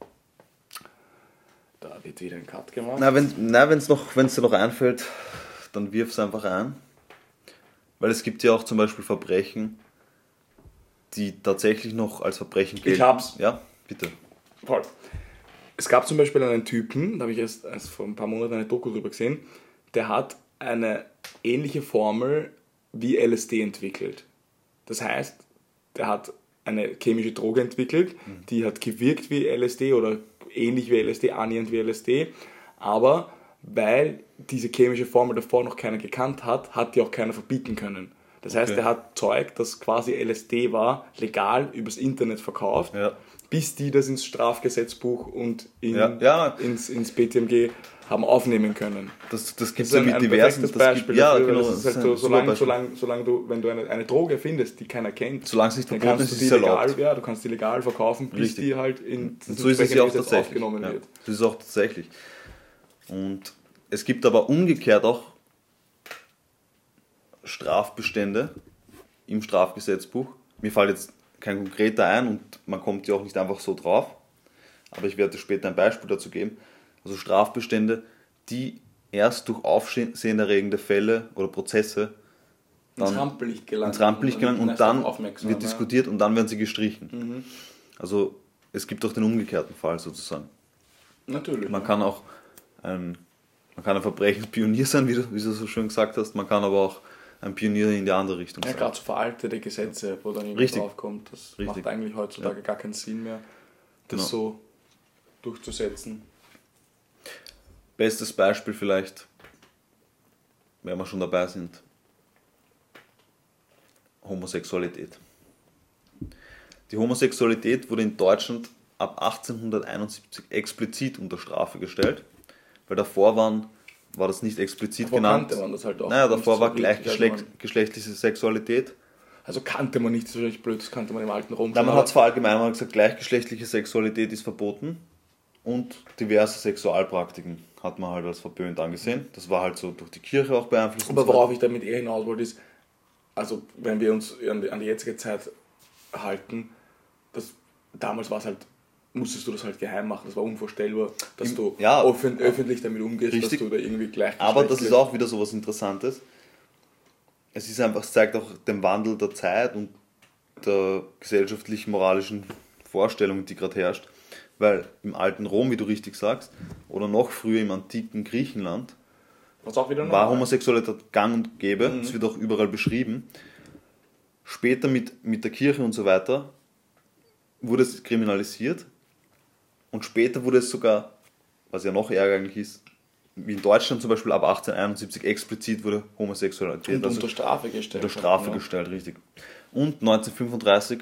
Da wird wieder ein Cut gemacht. Na, wenn's dir noch einfällt, dann wirf es einfach ein. Weil es gibt ja auch zum Beispiel Verbrechen, die tatsächlich noch als Verbrechen gelten. hab's. Ja, bitte. Voll. Es gab zum Beispiel einen Typen, da habe ich erst vor ein paar Monaten eine Doku drüber gesehen, der hat eine ähnliche Formel wie LSD entwickelt. Das heißt, der hat eine chemische Droge entwickelt, die hat gewirkt wie LSD oder ähnlich wie LSD, annähernd wie LSD, aber weil diese chemische Formel davor noch keiner gekannt hat, hat die auch keiner verbieten können. Das heißt, Okay. er hat Zeug, das quasi LSD war, legal übers Internet verkauft, Ja. bis die das ins Strafgesetzbuch und Ja. ins BTMG haben aufnehmen können. Das Das gibt ist es ja mit diversen... perfektes Das Beispiel gibt, ja, dafür, weil genau. das ist halt das so, ist ein super solange Beispiel. wenn du eine Droge findest, die keiner kennt, Solange es nicht dann verboten kannst ist, du ist die es erlaubt. legal, ja, du kannst die legal verkaufen, bis Richtig. die halt in das Und so ist es ja auch entsprechende Gesetz tatsächlich. aufgenommen Ja, wird. so ist es auch tatsächlich. Und es gibt aber umgekehrt auch Strafbestände im Strafgesetzbuch. Mir fällt jetzt kein konkreter ein und man kommt ja auch nicht einfach so drauf. Aber ich werde später ein Beispiel dazu geben. Also Strafbestände, die erst durch aufsehenerregende Fälle oder Prozesse ins Rampenlicht gelangen. ins Rampenlicht gelangen und dann aufmerksam, wird diskutiert und dann werden sie gestrichen. Also es gibt auch den umgekehrten Fall sozusagen. Natürlich. Man kann auch ein Verbrechenspionier sein, wie du so schön gesagt hast, man kann aber auch ein Pionier in die andere Richtung Ja, sein. gerade so veraltete Gesetze, wo dann irgendwas Richtig. draufkommt, das Richtig. macht eigentlich heutzutage gar keinen Sinn mehr, das Genau. so durchzusetzen. Bestes Beispiel vielleicht, wenn wir schon dabei sind, Homosexualität. Die Homosexualität wurde in Deutschland ab 1871 explizit unter Strafe gestellt, weil davor war das nicht explizit Davor genannt. kannte man das halt auch Naja, nicht davor so war wirklich, geschlechtliche Sexualität. Also kannte man nicht, das ist natürlich blöd, das kannte man im alten Rom Nein, man aber hat es verallgemeinert, man hat gesagt, gleichgeschlechtliche Sexualität ist verboten und diverse Sexualpraktiken hat man halt als verpönt angesehen. Das war halt so durch die Kirche auch beeinflusst. Aber worauf ich damit eher hinaus wollte, ist, also wenn wir uns an die jetzige Zeit halten, damals war es halt, musstest du das halt geheim machen, das war unvorstellbar, dass du Ja. öffentlich damit umgehst, Richtig. dass du da irgendwie gleichgeschlechtlich... Aber das ist auch wieder so was Interessantes. Es zeigt auch den Wandel der Zeit und der gesellschaftlich-moralischen Vorstellung, die gerade herrscht. Weil im alten Rom, wie du richtig sagst, oder noch früher im antiken Griechenland, Was auch wieder war normal. Homosexualität gang und gäbe. Es wird auch überall beschrieben. Später mit der Kirche und so weiter wurde es kriminalisiert. Und später wurde es sogar, was ja noch ärgerlich ist, wie in Deutschland zum Beispiel ab 1871 explizit wurde Homosexualität Und unter Strafe gestellt. unter Strafe ja. gestellt, richtig. Und 1935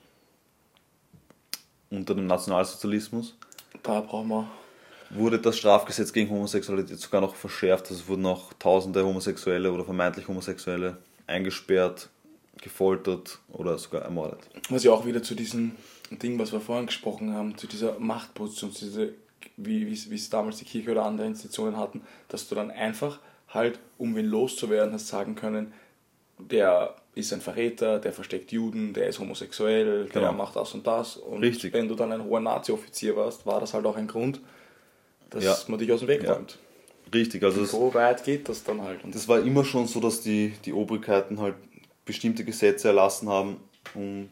unter dem Nationalsozialismus Da brauchen wir... wurde das Strafgesetz gegen Homosexualität sogar noch verschärft. Also es wurden auch tausende Homosexuelle oder vermeintlich Homosexuelle eingesperrt, gefoltert oder sogar ermordet. Was ja auch wieder zu diesem Ding, was wir vorhin gesprochen haben, zu dieser Machtposition, zu dieser, wie es damals die Kirche oder andere Institutionen hatten, dass du dann einfach halt, um wen loszuwerden, hast sagen können, der ist ein Verräter, der versteckt Juden, der ist homosexuell, der Genau. macht das und das. Und Richtig. wenn du dann ein hoher Nazi-Offizier warst, war das halt auch ein Grund, dass Ja. man dich aus dem Weg Ja. räumt. Richtig, also So weit geht das dann halt. Und das war immer schon so, dass die Obrigkeiten halt bestimmte Gesetze erlassen haben, um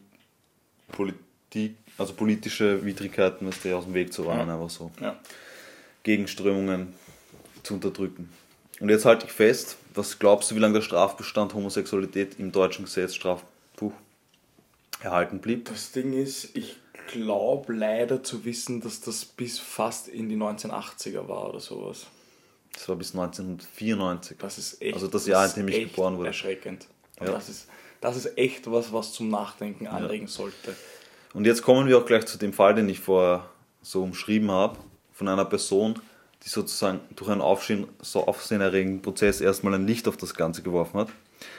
politische Widrigkeiten aus dem Weg zu räumen, einfach so. ja. Gegenströmungen zu unterdrücken. Und jetzt halte ich fest, was glaubst du, wie lange der Strafbestand Homosexualität im deutschen Gesetzstrafbuch erhalten blieb? Das Ding ist, ich glaube leider zu wissen, dass das bis fast in die 1980er war oder sowas. Das war bis 1994. Das ist echt, Also das Jahr, in dem ich echt geboren wurde. Erschreckend. Und Ja. das ist echt was zum Nachdenken anregen sollte. Und jetzt kommen wir auch gleich zu dem Fall, den ich vorher so umschrieben habe, von einer Person, die sozusagen durch einen aufsehenerregenden Prozess erstmal ein Licht auf das Ganze geworfen hat.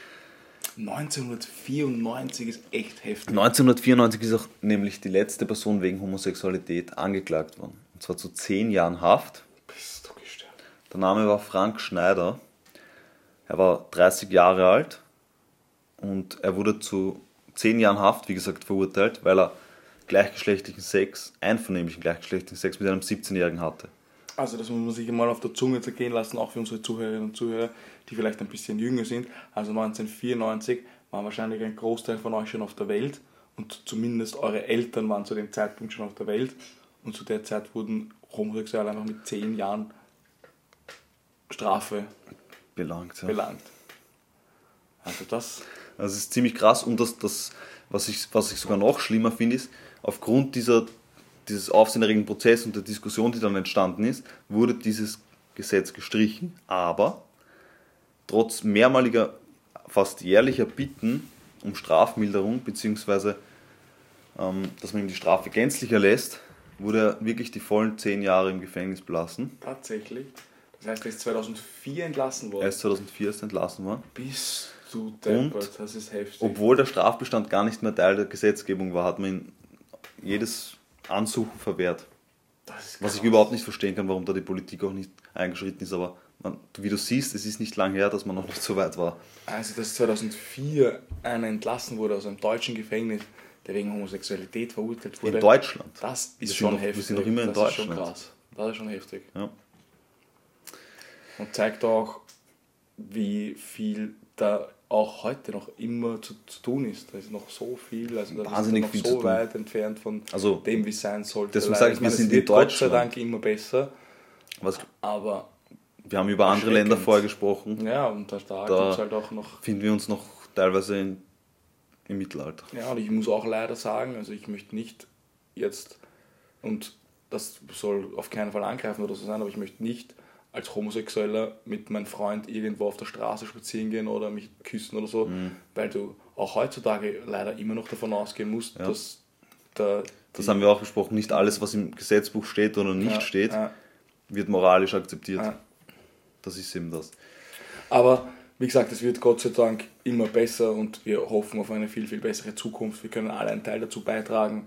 1994 ist echt heftig. 1994 ist auch nämlich die letzte Person wegen Homosexualität angeklagt worden. Und zwar zu 10 Jahren Haft. Bist du gestört. Der Name war Frank Schneider. Er war 30 Jahre alt und er wurde zu 10 Jahren Haft, wie gesagt, verurteilt, weil er einvernehmlichen gleichgeschlechtlichen Sex mit einem 17-Jährigen hatte. Also das muss man sich mal auf der Zunge zergehen lassen, auch für unsere Zuhörerinnen und Zuhörer, die vielleicht ein bisschen jünger sind. Also 1994 war wahrscheinlich ein Großteil von euch schon auf der Welt und zumindest eure Eltern waren zu dem Zeitpunkt schon auf der Welt und zu der Zeit wurden Homosexuelle einfach mit 10 Jahren Strafe Belangt, ja. belangt. Also das... Also es ist ziemlich krass und was ich sogar noch schlimmer finde, ist, aufgrund dieses aufsehenerregenden Prozesses und der Diskussion, die dann entstanden ist, wurde dieses Gesetz gestrichen, aber trotz mehrmaliger, fast jährlicher Bitten um Strafmilderung, beziehungsweise dass man ihm die Strafe gänzlich erlässt, wurde er wirklich die vollen 10 Jahre im Gefängnis belassen. Tatsächlich. Das heißt, er ist 2004 entlassen worden. Er ist 2004 erst entlassen worden. Bist du deppert, das ist heftig. Obwohl der Strafbestand gar nicht mehr Teil der Gesetzgebung war, hat man ihn jedes Ansuchen verwehrt. Das ist Was ich krass. überhaupt nicht verstehen kann, warum da die Politik auch nicht eingeschritten ist. Aber wie du siehst, es ist nicht lang her, dass man noch nicht so weit war. Also, dass 2004 einer entlassen wurde aus einem deutschen Gefängnis, der wegen Homosexualität verurteilt wurde. In Deutschland. Das ist Wir schon sind noch- wir heftig. sind noch immer in das Deutschland. ist schon krass. Das ist schon heftig. Ja. Und zeigt auch, wie viel da auch heute noch immer zu tun ist. Da ist noch so viel, also da Wahnsinnig ist viel noch zu so tun. weit entfernt von Also, dem, wie es sein sollte. deswegen Leider. sage ich, wir meine, sind es in wird Gott sei Deutschland. Dank immer besser, Was, aber wir haben über andere Länder Erschreckend. vorher gesprochen. ja, und da gibt Da- es halt auch noch. Finden wir uns noch teilweise im Mittelalter. Ja, und ich muss auch leider sagen, also ich möchte nicht jetzt, und das soll auf keinen Fall angreifen oder so sein, aber ich möchte nicht als Homosexueller mit meinem Freund irgendwo auf der Straße spazieren gehen oder mich küssen oder so, weil du auch heutzutage leider immer noch davon ausgehen musst, Ja. dass da... Das haben wir auch besprochen. Nicht alles, was im Gesetzbuch steht oder nicht steht, wird moralisch akzeptiert. Ja. Das ist eben das. Aber wie gesagt, es wird Gott sei Dank immer besser und wir hoffen auf eine viel, viel bessere Zukunft. Wir können alle einen Teil dazu beitragen.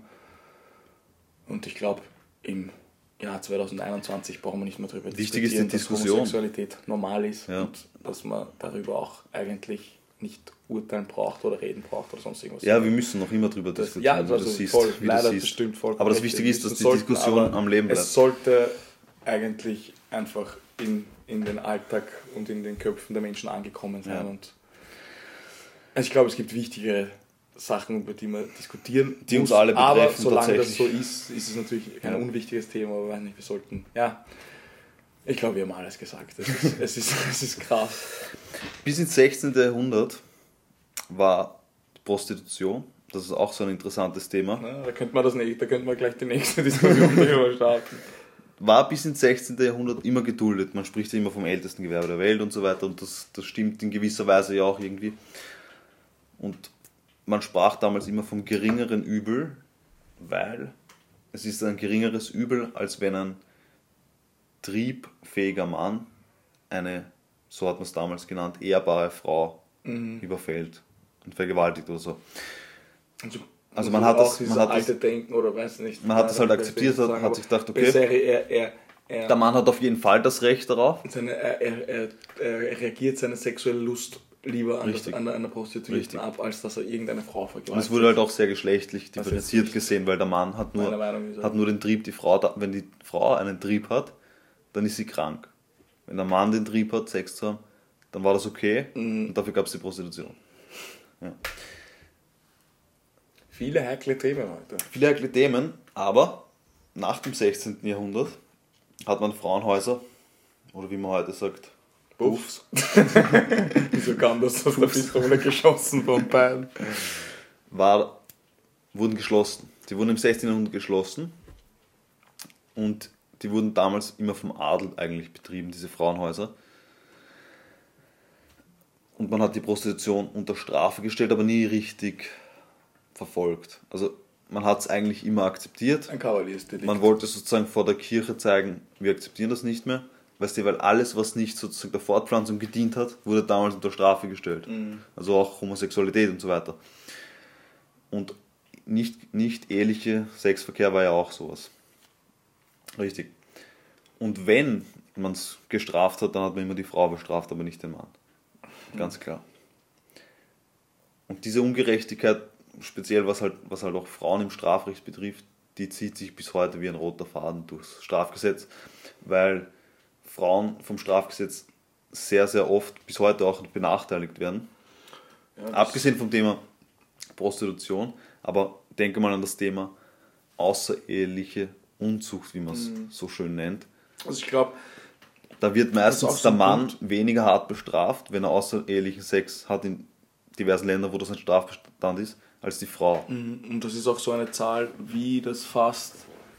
Und ich glaube, im Jahr 2021 brauchen wir nicht mehr darüber Wichtig ist die dass Diskussion. Homosexualität normal ist Ja. und dass man darüber auch eigentlich nicht urteilen braucht oder reden braucht oder sonst irgendwas. Ja, wir müssen noch immer drüber diskutieren, Ja, wie du also siehst. voll, wie du leider, siehst. das stimmt voll. Aber das Wichtige ist, dass die Diskussion am Leben bleibt. Es sollte eigentlich einfach in den Alltag und in den Köpfen der Menschen angekommen sein. Ja. Und also ich glaube, es gibt wichtige Sachen, über die man diskutieren Die uns muss, alle aber betreffen, solange das so tatsächlich. ist es natürlich kein unwichtiges Thema, aber weiß nicht, wir sollten, ja, ich glaube, wir haben alles gesagt. Es ist krass. Bis ins 16. Jahrhundert war Prostitution, das ist auch so ein interessantes Thema, Ja, da könnte man gleich die nächste Diskussion darüber starten. war bis ins 16. Jahrhundert immer geduldet. Man spricht ja immer vom ältesten Gewerbe der Welt und so weiter und das stimmt in gewisser Weise ja auch irgendwie. Und man sprach damals immer vom geringeren Übel, weil es ist ein geringeres Übel, als wenn ein triebfähiger Mann eine, so hat man es damals genannt, ehrbare Frau überfällt und vergewaltigt oder so. Also man hat das, dieses man hat alte das, Denken oder weiß nicht. man hat das halt Nein, akzeptiert, sagen, hat sich gedacht, aber es okay, wäre der Mann hat auf jeden Fall das Recht darauf. er reagiert seine sexuelle Lust lieber an, Richtig. an einer Prostituierten Richtig. ab, als dass er irgendeine Frau Und vergewaltigt. es wurde halt auch sehr geschlechtlich Das ist differenziert richtig. gesehen, weil der Mann hat Meiner Meinung nach. nur den Trieb, die Frau, wenn die Frau einen Trieb hat, dann ist sie krank. Wenn der Mann den Trieb hat, Sex zu haben, dann war das okay und dafür gab es die Prostitution. Ja. Viele heikle Themen heute. Viele heikle Themen, aber nach dem 16. Jahrhundert hat man Frauenhäuser, oder wie man heute sagt, Buffs. Wieso kam das aus der Pistole geschossen von Bayern? wurden geschlossen. Die wurden im 16. Jahrhundert geschlossen und die wurden damals immer vom Adel eigentlich betrieben, diese Frauenhäuser. Und man hat die Prostitution unter Strafe gestellt, aber nie richtig verfolgt. Also man hat es eigentlich immer akzeptiert. Ein Kavaliersdelikt. Man wollte sozusagen vor der Kirche zeigen, wir akzeptieren das nicht mehr. Weißt du, weil alles, was nicht sozusagen der Fortpflanzung gedient hat, wurde damals unter Strafe gestellt. Also auch Homosexualität und so weiter. Und nicht eheliche Sexverkehr war ja auch sowas. Richtig. Und wenn man es gestraft hat, dann hat man immer die Frau bestraft, aber nicht den Mann. Ganz klar. Und diese Ungerechtigkeit, speziell was halt auch Frauen im Strafrecht betrifft, die zieht sich bis heute wie ein roter Faden durchs Strafgesetz, weil Frauen vom Strafgesetz sehr, sehr oft bis heute auch benachteiligt werden. Ja, Abgesehen vom Thema Prostitution, aber denke mal an das Thema außereheliche Unzucht, wie man es so schön nennt. Also ich glaube, Da wird Das ist meistens auch so der ein Mann Punkt. weniger hart bestraft, wenn er außerehelichen Sex hat in diversen Ländern, wo das ein Strafbestand ist, als die Frau. und das ist auch so eine Zahl, wie das fast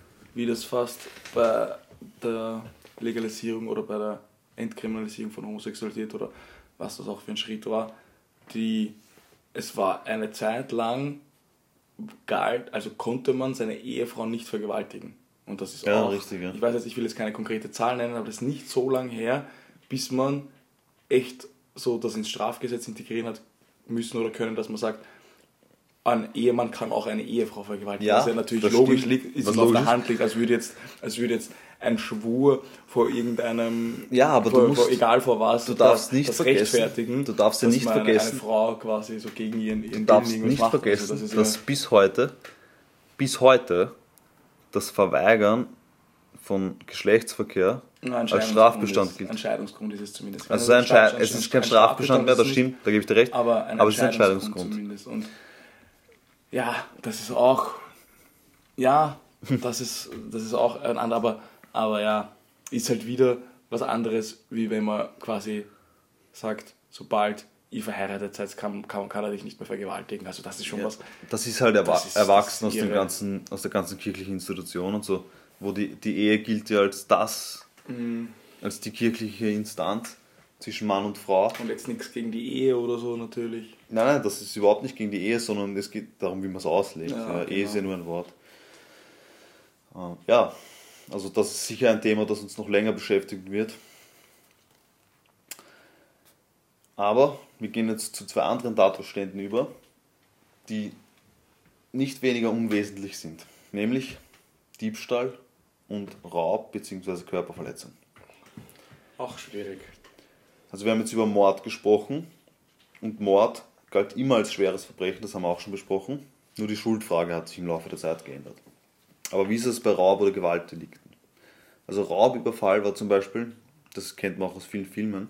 bei der Legalisierung oder bei der Entkriminalisierung von Homosexualität oder was das auch für ein Schritt war, es war eine Zeit lang also konnte man seine Ehefrau nicht vergewaltigen. Und das ist Ja, auch, richtig, ja. ich weiß jetzt, ich will jetzt keine konkrete Zahl nennen, aber das ist nicht so lang her, bis man echt so das ins Strafgesetz integrieren hat müssen oder können, dass man sagt, ein Ehemann kann auch eine Ehefrau vergewaltigen. Ja, was ja natürlich das logisch stimmt. liegt, ist Was es auf logisch der ist. Hand liegt, als würde jetzt ein Schwur vor irgendeinem, Ja, aber du musst- egal vor was, du darfst nicht das vergessen, rechtfertigen, du darfst ja dass nicht man vergessen- eine Frau quasi so gegen ihren Du Willen darfst irgendwas nicht macht. vergessen, Also das ist dass bis heute das Verweigern von Geschlechtsverkehr Nein, als Strafbestand gilt. Ein Scheidungsgrund ist es zumindest. Also es ist kein Strafbestand mehr, das stimmt, da gebe ich dir recht, aber es ist ein Scheidungsgrund. Zumindest. Und ja, das ist auch, ja, das ist auch ein anderer, aber ja, ist halt wieder was anderes, wie wenn man quasi sagt, sobald ihr verheiratet seid, kann er dich nicht mehr vergewaltigen. Also das ist schon was. Das ist halt Das ist erwachsen irre. aus der ganzen kirchlichen Institution und so, wo die Ehe gilt ja als als die kirchliche Instanz zwischen Mann und Frau. Und jetzt nichts gegen die Ehe oder so natürlich. Nein, das ist überhaupt nicht gegen die Ehe, sondern es geht darum, wie man es auslegt. Ja, Ehe ist ja genau. nur ein Wort. Ja, also das ist sicher ein Thema, das uns noch länger beschäftigen wird. Aber wir gehen jetzt zu zwei anderen Tatbeständen über, die nicht weniger unwesentlich sind. Nämlich Diebstahl und Raub bzw. Körperverletzung. Auch schwierig. Also wir haben jetzt über Mord gesprochen und Mord galt immer als schweres Verbrechen, das haben wir auch schon besprochen. Nur die Schuldfrage hat sich im Laufe der Zeit geändert. Aber wie ist es bei Raub- oder Gewaltdelikten? Also Raubüberfall war zum Beispiel, das kennt man auch aus vielen Filmen,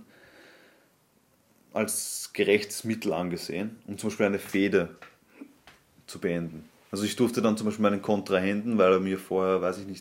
als gerechtes Mittel angesehen, um zum Beispiel eine Fehde zu beenden. Also ich durfte dann zum Beispiel meinen Kontrahenten, weil er mir vorher, weiß ich nicht,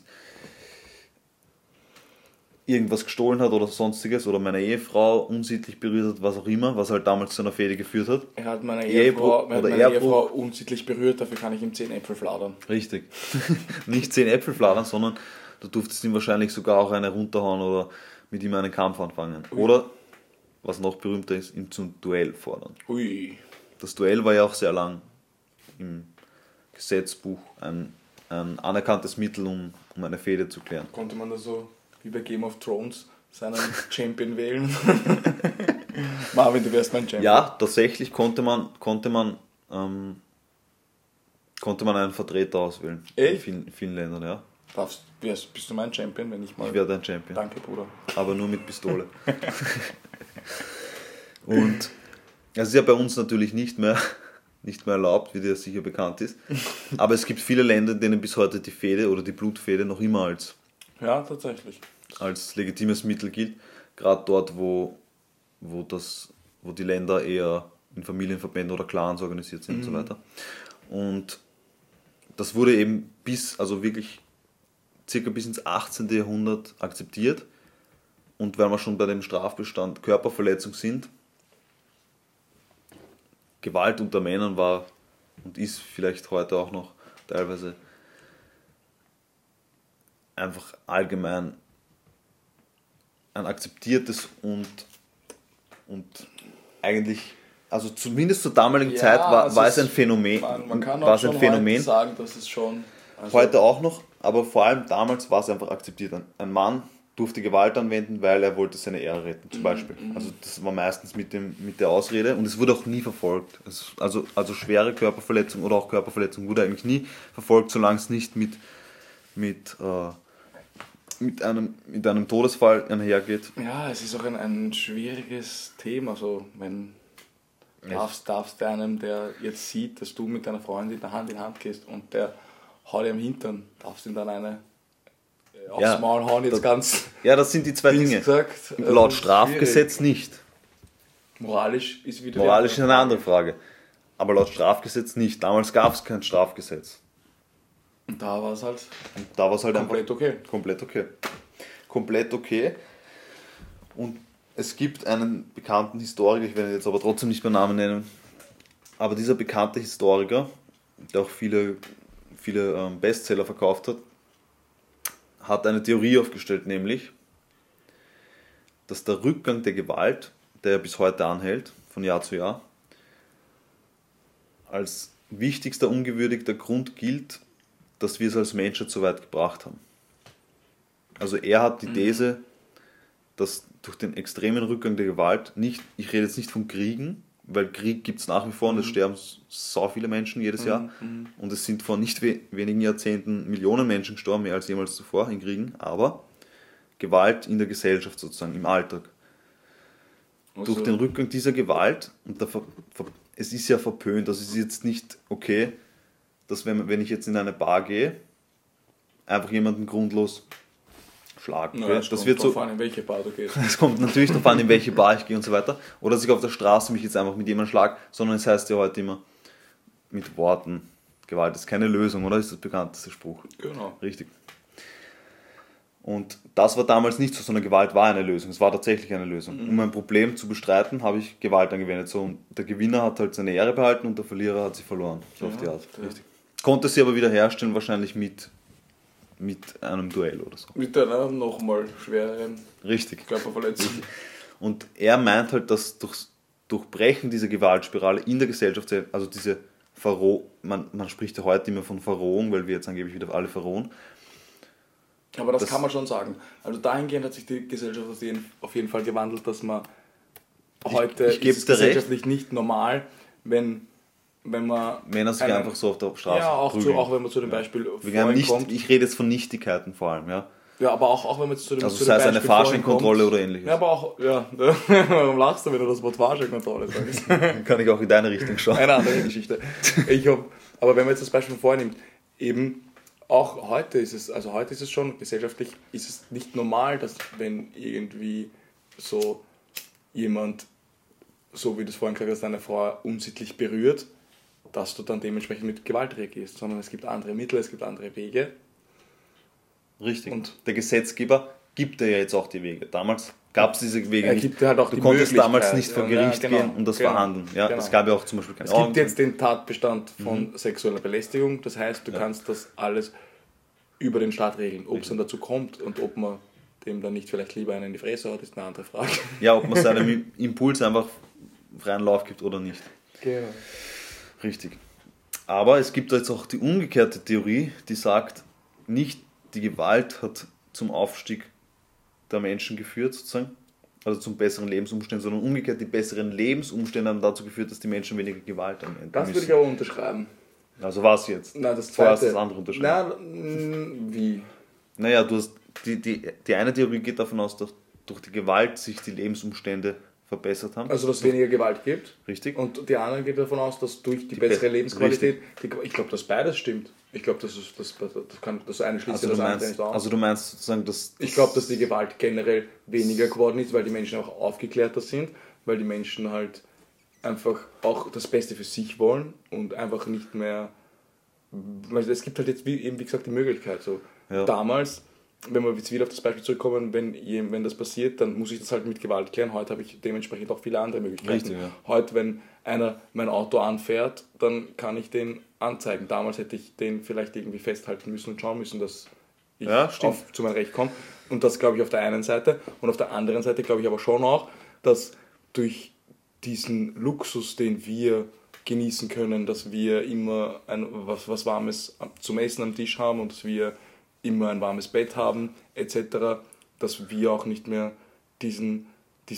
irgendwas gestohlen hat oder sonstiges oder meine Ehefrau unsittlich berührt hat, was auch immer, was halt damals zu einer Fehde geführt hat. Er hat meine Ehebruch Ehefrau unsittlich berührt, dafür kann ich ihm 10 Äpfel fladern. Richtig. Nicht 10 Äpfel fladern, sondern du durftest ihm wahrscheinlich sogar auch eine runterhauen oder mit ihm einen Kampf anfangen. Oder, was noch berühmter ist, ihm zum Duell fordern. Ui. Das Duell war ja auch sehr lang im Gesetzbuch ein anerkanntes Mittel, um eine Fehde zu klären. Konnte man da so, wie bei Game of Thrones, seinen Champion wählen? Marvin, du wärst mein Champion. Ja, tatsächlich konnte man einen Vertreter auswählen. Echt? In vielen Ländern, ja. Bist du mein Champion, wenn ich mal... Ich werde ein Champion. Danke, Bruder. Aber nur mit Pistole. Und es ist ja bei uns natürlich nicht mehr erlaubt, wie dir sicher bekannt ist. Aber es gibt viele Länder, in denen bis heute die Fehde oder die Blutfehde noch immer Ja, tatsächlich. als legitimes Mittel gilt. Gerade dort, wo die Länder eher in Familienverbänden oder Clans organisiert sind und so weiter. Und das wurde eben circa bis ins 18. Jahrhundert akzeptiert. Und weil wir schon bei dem Strafbestand Körperverletzung sind, Gewalt unter Männern war und ist vielleicht heute auch noch teilweise einfach allgemein ein akzeptiertes und eigentlich, also zumindest zur damaligen Zeit war es ein Phänomen. Man kann war auch es ein schon Phänomen. heute sagen, dass es schon... Also Heute auch noch, aber vor allem damals war es einfach akzeptiert. Ein Mann durfte Gewalt anwenden, weil er wollte seine Ehre retten, zum Beispiel. Also das war meistens mit der Ausrede und es wurde auch nie verfolgt. Also schwere Körperverletzung oder auch Körperverletzung wurde eigentlich nie verfolgt, solange es nicht mit einem Todesfall einhergeht. Ja, es ist auch ein schwieriges Thema. So, wenn darfst du einem, der jetzt sieht, dass du mit deiner Freundin Hand in Hand gehst und der haut dir am Hintern, darfst du ihm dann eine aufs Ja, Maul hauen, jetzt ganz Ja, das sind die zwei Dings Dinge. gesagt. Laut Strafgesetz nicht. Moralisch ist wieder Moralisch ist eine andere Frage. Aber laut Strafgesetz nicht. Damals gab es kein Strafgesetz. Und da war es halt Und da war es halt komplett okay. komplett okay. Komplett okay. Und es gibt einen bekannten Historiker, ich werde ihn jetzt aber trotzdem nicht mehr Namen nennen, aber dieser bekannte Historiker, der auch viele Bestseller verkauft hat eine Theorie aufgestellt, nämlich, dass der Rückgang der Gewalt, der ja bis heute anhält, von Jahr zu Jahr, als wichtigster ungewürdigter Grund gilt, dass wir es als Menschheit so weit gebracht haben. Also er hat die These, dass durch den extremen Rückgang der Gewalt, ich rede jetzt nicht von Kriegen, weil Krieg gibt es nach wie vor und es sterben so viele Menschen jedes Jahr und es sind vor nicht wenigen Jahrzehnten Millionen Menschen gestorben, mehr als jemals zuvor in Kriegen, aber Gewalt in der Gesellschaft sozusagen, im Alltag. Also, Durch den Rückgang dieser Gewalt, und es ist ja verpönt, das ist jetzt nicht okay, dass wenn ich jetzt in eine Bar gehe, einfach jemanden grundlos Schlag. Naja, Das wird so. drauf an, in welche Bar du gehst. Es kommt natürlich darauf an, in welche Bar ich gehe und so weiter. Oder dass ich auf der Straße mich jetzt einfach mit jemandem schlag, sondern es heißt ja heute immer mit Worten. Gewalt ist keine Lösung, oder? Ist das bekannteste Spruch. Genau. Richtig. Und das war damals nicht so, sondern Gewalt war eine Lösung. Es war tatsächlich eine Lösung. Um ein Problem zu bestreiten, habe ich Gewalt angewendet. So, und der Gewinner hat halt seine Ehre behalten und der Verlierer hat sie verloren. So auf die Art. Ja. Richtig. Konnte sie aber wieder herstellen, wahrscheinlich mit einem Duell oder so. Mit einer nochmal schwereren Richtig. Körperverletzung. Und er meint halt, dass durch Durchbrechen dieser Gewaltspirale in der Gesellschaft, also diese man spricht ja heute immer von Verrohung, weil wir jetzt angeblich wieder alle verrohen. Aber das kann man schon sagen. Also dahingehend hat sich die Gesellschaft auf jeden Fall gewandelt, dass man heute ich ist es dir recht. gesellschaftlich nicht normal, wenn man... Männer sich einfach so auf der Straße Ja, auch prügeln. auch wenn man zu dem Beispiel Wir haben vorhin kommt. ich rede jetzt von Nichtigkeiten vor allem, ja. Ja, aber auch wenn man zu dem Also zu sei dem es eine Beispiel vorhin Fahrscheinkontrolle kommt. oder ähnliches. Ja, aber auch... Ja, warum lachst du, wenn du das Wort Fahrscheinkontrolle sagst? Kann ich auch in deine Richtung schauen. Eine andere Geschichte. Aber wenn man jetzt das Beispiel vornimmt, eben auch heute ist es schon gesellschaftlich, ist es nicht normal, dass wenn irgendwie so jemand, so wie du es vorhin gesagt hast, deine Frau unsittlich berührt, dass du dann dementsprechend mit Gewalt reagierst, sondern es gibt andere Mittel, es gibt andere Wege. Richtig. Und der Gesetzgeber gibt dir ja jetzt auch die Wege. Damals gab es diese Wege er nicht. gibt dir halt auch Du die konntest damals Möglichkeit. nicht vor Ja, Gericht genau, gehen und das genau, verhandeln. Ja, genau. Es gab ja auch zum Beispiel keine Es gibt jetzt den Tatbestand von sexueller Belästigung, das heißt, du kannst das alles über den Staat regeln. Ob es dann dazu kommt und ob man dem dann nicht vielleicht lieber einen in die Fresse hat, ist eine andere Frage. Ja, ob man seinem Impuls einfach freien Lauf gibt oder nicht. Genau. Richtig. Aber es gibt jetzt auch die umgekehrte Theorie, die sagt, nicht die Gewalt hat zum Aufstieg der Menschen geführt, sozusagen, also zum besseren Lebensumständen, sondern umgekehrt die besseren Lebensumstände haben dazu geführt, dass die Menschen weniger Gewalt anwenden Das würde müssen. ich aber unterschreiben. Also was jetzt? Na, das Vorher hast zweite. du das andere unterschreiben. Wie? Naja, du hast die eine Theorie geht davon aus, dass durch die Gewalt sich die Lebensumstände verbessert haben. Also, dass es weniger Gewalt gibt. Richtig. Und die andere geht davon aus, dass durch die bessere Lebensqualität, ich glaube, dass beides stimmt. Ich glaube, das eine schließt ja das andere nicht aus. Also du meinst sozusagen, dass... Ich glaube, dass die Gewalt generell weniger geworden ist, weil die Menschen auch aufgeklärter sind, weil die Menschen halt einfach auch das Beste für sich wollen und einfach nicht mehr... Weil es gibt halt jetzt, wie gesagt, die Möglichkeit. So. Ja. Damals, wenn wir jetzt wieder auf das Beispiel zurückkommen, wenn das passiert, dann muss ich das halt mit Gewalt klären. Heute habe ich dementsprechend auch viele andere Möglichkeiten. Richtig, ja. Heute, wenn einer mein Auto anfährt, dann kann ich den anzeigen. Damals hätte ich den vielleicht irgendwie festhalten müssen und schauen müssen, dass ich zu meinem Recht komme. Und das glaube ich auf der einen Seite. Und auf der anderen Seite glaube ich aber schon auch, dass durch diesen Luxus, den wir genießen können, dass wir immer was Warmes zum Essen am Tisch haben und dass wir immer ein warmes Bett haben, etc., dass wir auch nicht mehr diesen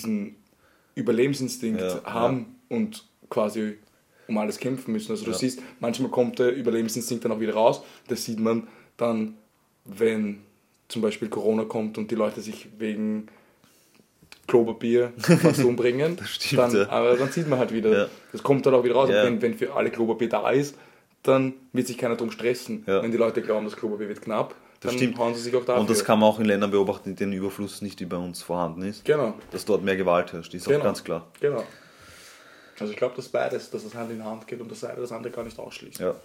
Überlebensinstinkt haben und quasi um alles kämpfen müssen. Also du siehst, manchmal kommt der Überlebensinstinkt dann auch wieder raus. Das sieht man dann, wenn zum Beispiel Corona kommt und die Leute sich wegen Klopapier fast umbringen. Das stimmt, aber dann sieht man halt wieder, das kommt dann auch wieder raus. Ja. Und wenn für alle Klopapier da ist, dann wird sich keiner drum stressen. Ja. Wenn die Leute glauben, das Klopapier wird knapp, Das dann stimmt. hauen sie sich auch dafür. Und das kann man auch in Ländern beobachten, in denen Überfluss nicht wie bei uns vorhanden ist. Genau. Dass dort mehr Gewalt herrscht, ist auch ganz klar. Genau. Also ich glaube, dass beides, dass das Hand in Hand geht und das eine das andere gar nicht ausschließt. Ja.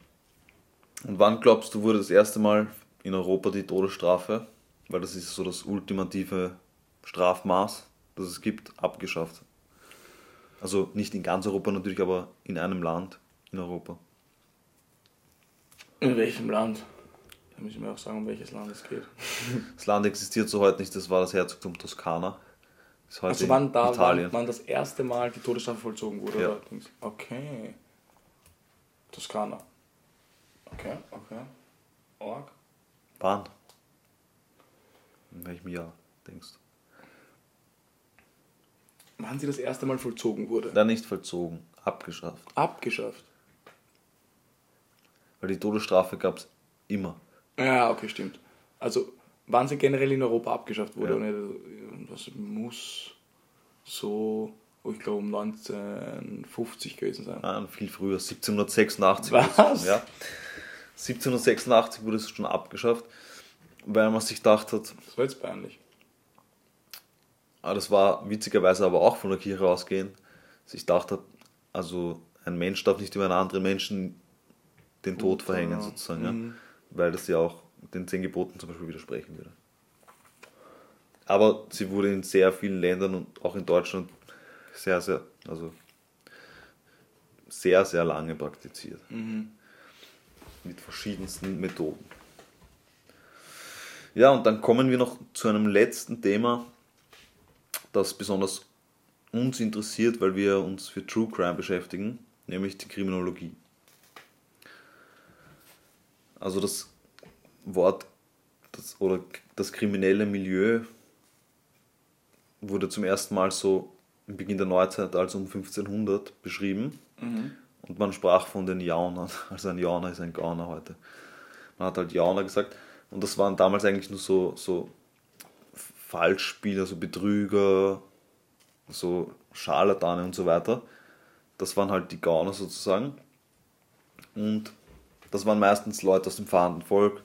Und wann glaubst du, wurde das erste Mal in Europa die Todesstrafe, weil das ist so das ultimative Strafmaß, das es gibt, abgeschafft? Also nicht in ganz Europa natürlich, aber in einem Land in Europa. In welchem Land? Da müssen wir auch sagen, um welches Land es geht. Das Land existiert so heute nicht, das war das Herzogtum Toskana. Ist heute Also wann Italien. wann das erste Mal die Todesstrafe vollzogen wurde? Ja. Oder? Okay. Toskana. Okay. Org. Wann? In welchem Jahr, denkst du? Wann sie das erste Mal vollzogen wurde? Nein, nicht vollzogen, abgeschafft. Abgeschafft. Weil die Todesstrafe gab es immer. Ja, okay, stimmt. Also wann sie generell in Europa abgeschafft wurde. Ja. Und das muss so, ich glaube, um 1950 gewesen sein. Nein, viel früher, 1786. Was? Ja. 1786 wurde es schon abgeschafft. weil man sich gedacht hat, Das war jetzt peinlich. das war witzigerweise aber auch von der Kirche ausgehend, sich gedacht hat, also ein Mensch darf nicht über einen anderen Menschen den Tod verhängen sozusagen, ja? Weil das ja auch den 10 Geboten zum Beispiel widersprechen würde. Aber sie wurde in sehr vielen Ländern und auch in Deutschland sehr, sehr lange praktiziert. Mit verschiedensten Methoden. Ja, und dann kommen wir noch zu einem letzten Thema, das besonders uns interessiert, weil wir uns für True Crime beschäftigen, nämlich die Kriminologie. Also das Wort oder das kriminelle Milieu wurde zum ersten Mal so im Beginn der Neuzeit, also um 1500, beschrieben. Und man sprach von den Jaunern. Also ein Jauner ist ein Gauner heute. Man hat halt Jauner gesagt. Und das waren damals eigentlich nur so Falschspieler, so Betrüger, so Scharlatane und so weiter. Das waren halt die Gauner sozusagen. Und das waren meistens Leute aus dem fahrenden Volk,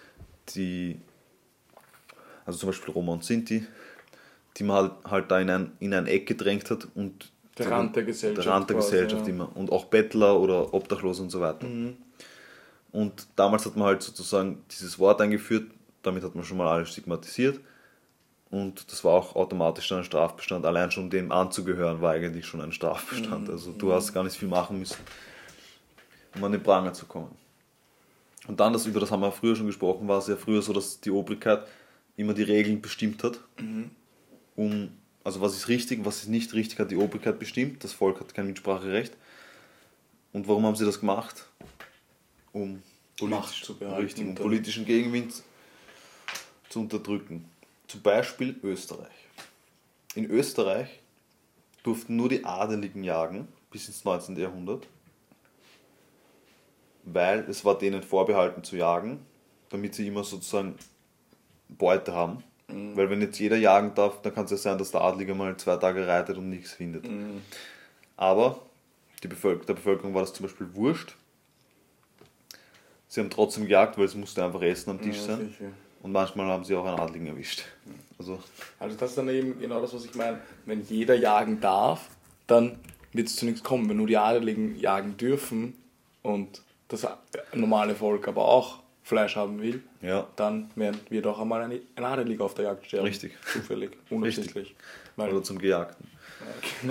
also zum Beispiel Roma und Sinti, die man halt da in ein Eck gedrängt hat und Der Rand der Gesellschaft. der Rand der quasi, Gesellschaft ja. immer. Und auch Bettler oder Obdachlose und so weiter. Und damals hat man halt sozusagen dieses Wort eingeführt, damit hat man schon mal alles stigmatisiert. Und das war auch automatisch dann ein Strafbestand. Allein schon dem anzugehören war eigentlich schon ein Strafbestand. Also du hast gar nicht viel machen müssen, um an den Pranger zu kommen. Und dann, über das haben wir früher schon gesprochen, war es ja früher so, dass die Obrigkeit immer die Regeln bestimmt hat. Also was ist richtig, was ist nicht richtig, hat die Obrigkeit bestimmt. Das Volk hat kein Mitspracherecht. Und warum haben sie das gemacht? Um Macht zu behalten. richtig, um politischen Gegenwind zu unterdrücken. Zum Beispiel Österreich. In Österreich durften nur die Adeligen jagen bis ins 19. Jahrhundert, weil es war denen vorbehalten zu jagen, damit sie immer sozusagen Beute haben. Weil wenn jetzt jeder jagen darf, dann kann es ja sein, dass der Adelige mal 2 Tage reitet und nichts findet. Aber der Bevölkerung war das zum Beispiel wurscht. Sie haben trotzdem gejagt, weil es musste einfach Essen am Tisch sein. Sicher. Und manchmal haben sie auch einen Adligen erwischt. Also Das ist dann eben genau das, was ich meine. Wenn jeder jagen darf, dann wird es zu nichts kommen. Wenn nur die Adeligen jagen dürfen und das normale Volk aber auch Fleisch haben will, ja, dann wird auch einmal ein Adeliger auf der Jagd sterben. Richtig. Zufällig, unabsichtlich. Weil, oder zum Gejagten. genau.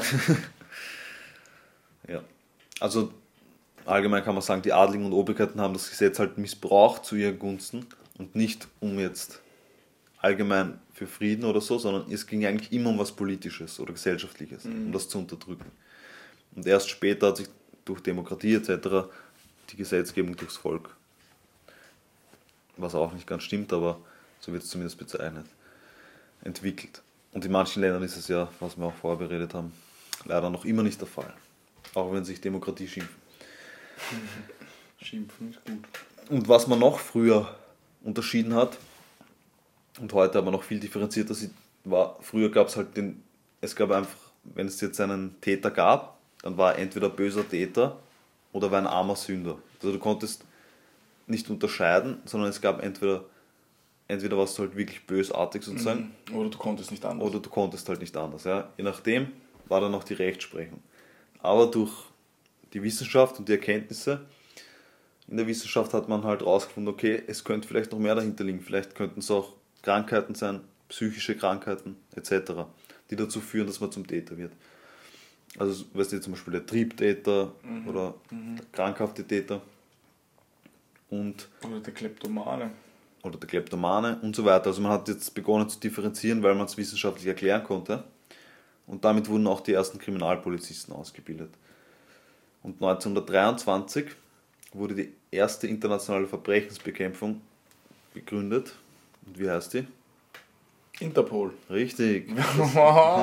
Ja. Also allgemein kann man sagen, die Adligen und Obrigkeiten haben das Gesetz halt missbraucht zu ihren Gunsten und nicht um jetzt allgemein für Frieden oder so, sondern es ging eigentlich immer um was Politisches oder Gesellschaftliches, um das zu unterdrücken. Und erst später hat sich durch Demokratie etc. die Gesetzgebung durchs Volk, was auch nicht ganz stimmt, aber so wird es zumindest bezeichnet, entwickelt. Und in manchen Ländern ist es ja, was wir auch vorher beredet haben, leider noch immer nicht der Fall. Auch wenn sich Demokratie schimpfen. Schimpfen ist gut. Und was man noch früher unterschieden hat, und heute aber noch viel differenzierter sieht, war, früher gab es halt es gab einfach, wenn es jetzt einen Täter gab, dann war er entweder böser Täter oder war ein armer Sünder. Also du konntest nicht unterscheiden, sondern es gab entweder warst du halt wirklich bösartig sozusagen, Oder du konntest nicht anders. oder du konntest halt nicht anders. Ja. Je nachdem war dann noch die Rechtsprechung. Aber durch die Wissenschaft und die Erkenntnisse in der Wissenschaft hat man halt rausgefunden, okay, es könnte vielleicht noch mehr dahinter liegen. Vielleicht könnten es auch Krankheiten sein, psychische Krankheiten etc., die dazu führen, dass man zum Täter wird. Also, weißt du, zum Beispiel der Triebtäter oder der krankhafte Täter und Oder der Kleptomane. oder der Kleptomane und so weiter. Also man hat jetzt begonnen zu differenzieren, weil man es wissenschaftlich erklären konnte. Und damit wurden auch die ersten Kriminalpolizisten ausgebildet. Und 1923 wurde die erste internationale Verbrechensbekämpfung gegründet. Und wie heißt die? Interpol. Richtig. Was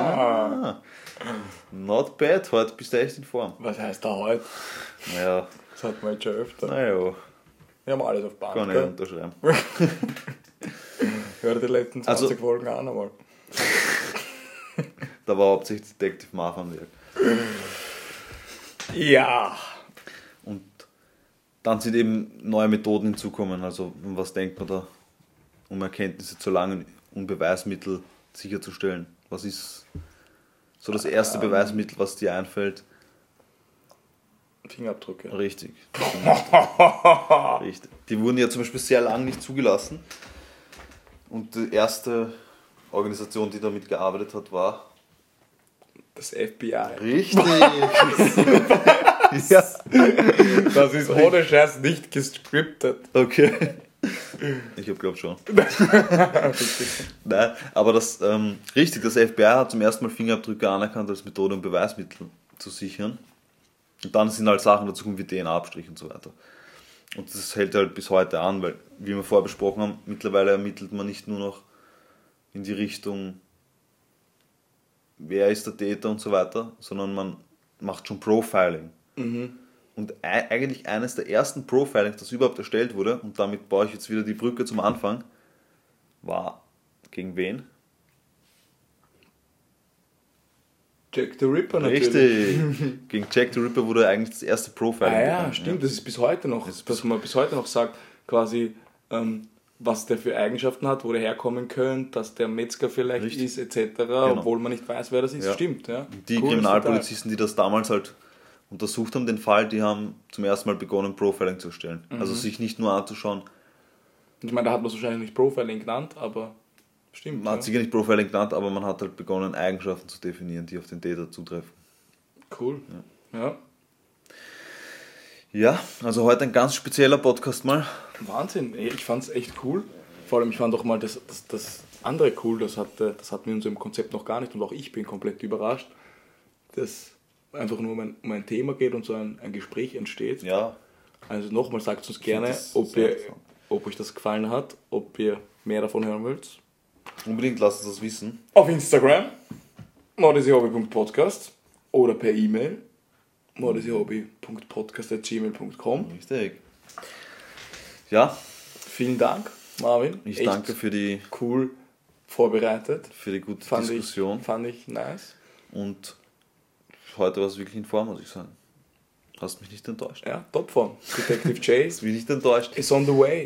Not bad, heute bist du echt in Form. heißt da heute? Naja, Das hat man jetzt schon öfter. naja, Wir haben alles auf Band. kann ich Gell? unterschreiben. Hör die letzten 20 Also- Folgen an einmal. Da war hauptsächlich Detective Marv am Werk. Ja. Und dann sind eben neue Methoden hinzukommen. Also was denkt man da um Erkenntnisse zu erlangen, um Beweismittel sicherzustellen? Was ist so das erste Beweismittel, was dir einfällt? Fingerabdrücke. Richtig. Richtig. Die wurden ja zum Beispiel sehr lange nicht zugelassen. Und die erste Organisation, die damit gearbeitet hat, war... Das FBI. Richtig. Ja. Das ist ohne Scheiß nicht gescriptet. Okay. Ich glaube schon. Nein, aber das richtig, das FBI hat zum ersten Mal Fingerabdrücke anerkannt als Methode, um Beweismittel zu sichern. Und dann sind halt Sachen dazu gekommen wie DNA-Abstrich und so weiter. Und das hält halt bis heute an, weil, wie wir vorher besprochen haben, mittlerweile ermittelt man nicht nur noch in die Richtung, wer ist der Täter und so weiter, sondern man macht schon Profiling. Und eigentlich eines der ersten Profilings, das überhaupt erstellt wurde, und damit baue ich jetzt wieder die Brücke zum Anfang, war gegen wen? Jack the Ripper natürlich. Richtig! Gegen Jack the Ripper wurde eigentlich das erste Profiling Ja, begangen, stimmt, das ist bis heute noch, dass man bis heute noch sagt, quasi, was der für Eigenschaften hat, wo der herkommen könnte, dass der Metzger vielleicht Richtig. ist, etc., obwohl man nicht weiß, wer das ist. Ja. Stimmt, ja. Die Cooles Kriminalpolizisten, die das damals halt untersucht haben, den Fall, die haben zum ersten Mal begonnen, Profiling zu erstellen. Also sich nicht nur anzuschauen, Detail. Ich meine, da hat man es wahrscheinlich nicht Profiling genannt, aber stimmt. man hat sicher nicht Profiling genannt, aber man hat halt begonnen, Eigenschaften zu definieren, die auf den Täter zutreffen. Cool. Ja. Ja, also heute ein ganz spezieller Podcast mal. Wahnsinn, ich fand es echt cool. Vor allem, ich fand auch mal das andere cool, das hatten wir in unserem Konzept noch gar nicht und auch ich bin komplett überrascht, dass einfach nur um ein Thema geht und so ein Gespräch entsteht. Ja, Also nochmal, sagt uns gerne, das ob sehr interessant. euch das gefallen hat, ob ihr mehr davon hören wollt. unbedingt lasst uns das wissen. Auf Instagram, modesihobby.podcast oder per E-Mail, modesihobby.podcast@gmail.com. Richtig. Ja, Vielen Dank, Marvin. ich Echt danke für die cool vorbereitet. gute Fand Diskussion. Fand ich nice. Und heute war es wirklich in Form, muss ich sagen. Hast mich nicht enttäuscht. Ja, Topform. Detective J Hast mich nicht enttäuscht. is on the way.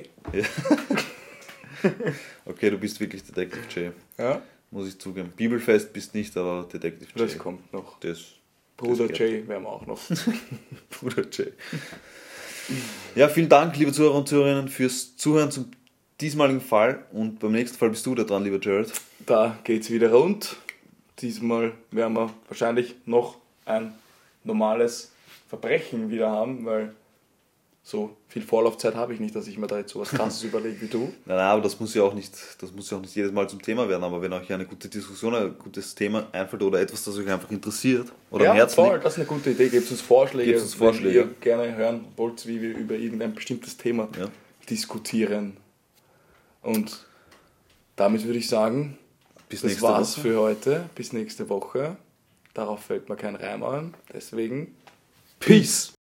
Okay, du bist wirklich Detective J. Ja, Muss ich zugeben. Bibelfest bist nicht, aber Detective J. das kommt noch. Das Bruder geht. J wären wir auch noch. Bruder J. Ja, vielen Dank, liebe Zuhörer und Zuhörerinnen, fürs Zuhören zum diesmaligen Fall. Und beim nächsten Fall bist du da dran, lieber Jared. Da geht's wieder rund. Diesmal werden wir wahrscheinlich noch ein normales Verbrechen wieder haben, weil so viel Vorlaufzeit habe ich nicht, dass ich mir da jetzt sowas Krasses überlege wie du. Nein, aber das muss ja auch nicht jedes Mal zum Thema werden. Aber wenn euch eine gute Diskussion, ein gutes Thema einfällt oder etwas, das euch einfach interessiert oder Ja, am Herzen voll, liegt, das ist eine gute Idee. Gebt uns Vorschläge, Gebt uns Vorschläge. wenn ihr gerne hören wollt, wie wir über irgendein bestimmtes Thema Ja. diskutieren. Und damit würde ich sagen, bis das nächste war's Woche. für heute. Bis nächste Woche. Darauf fällt mir kein Reim ein. Deswegen, Peace!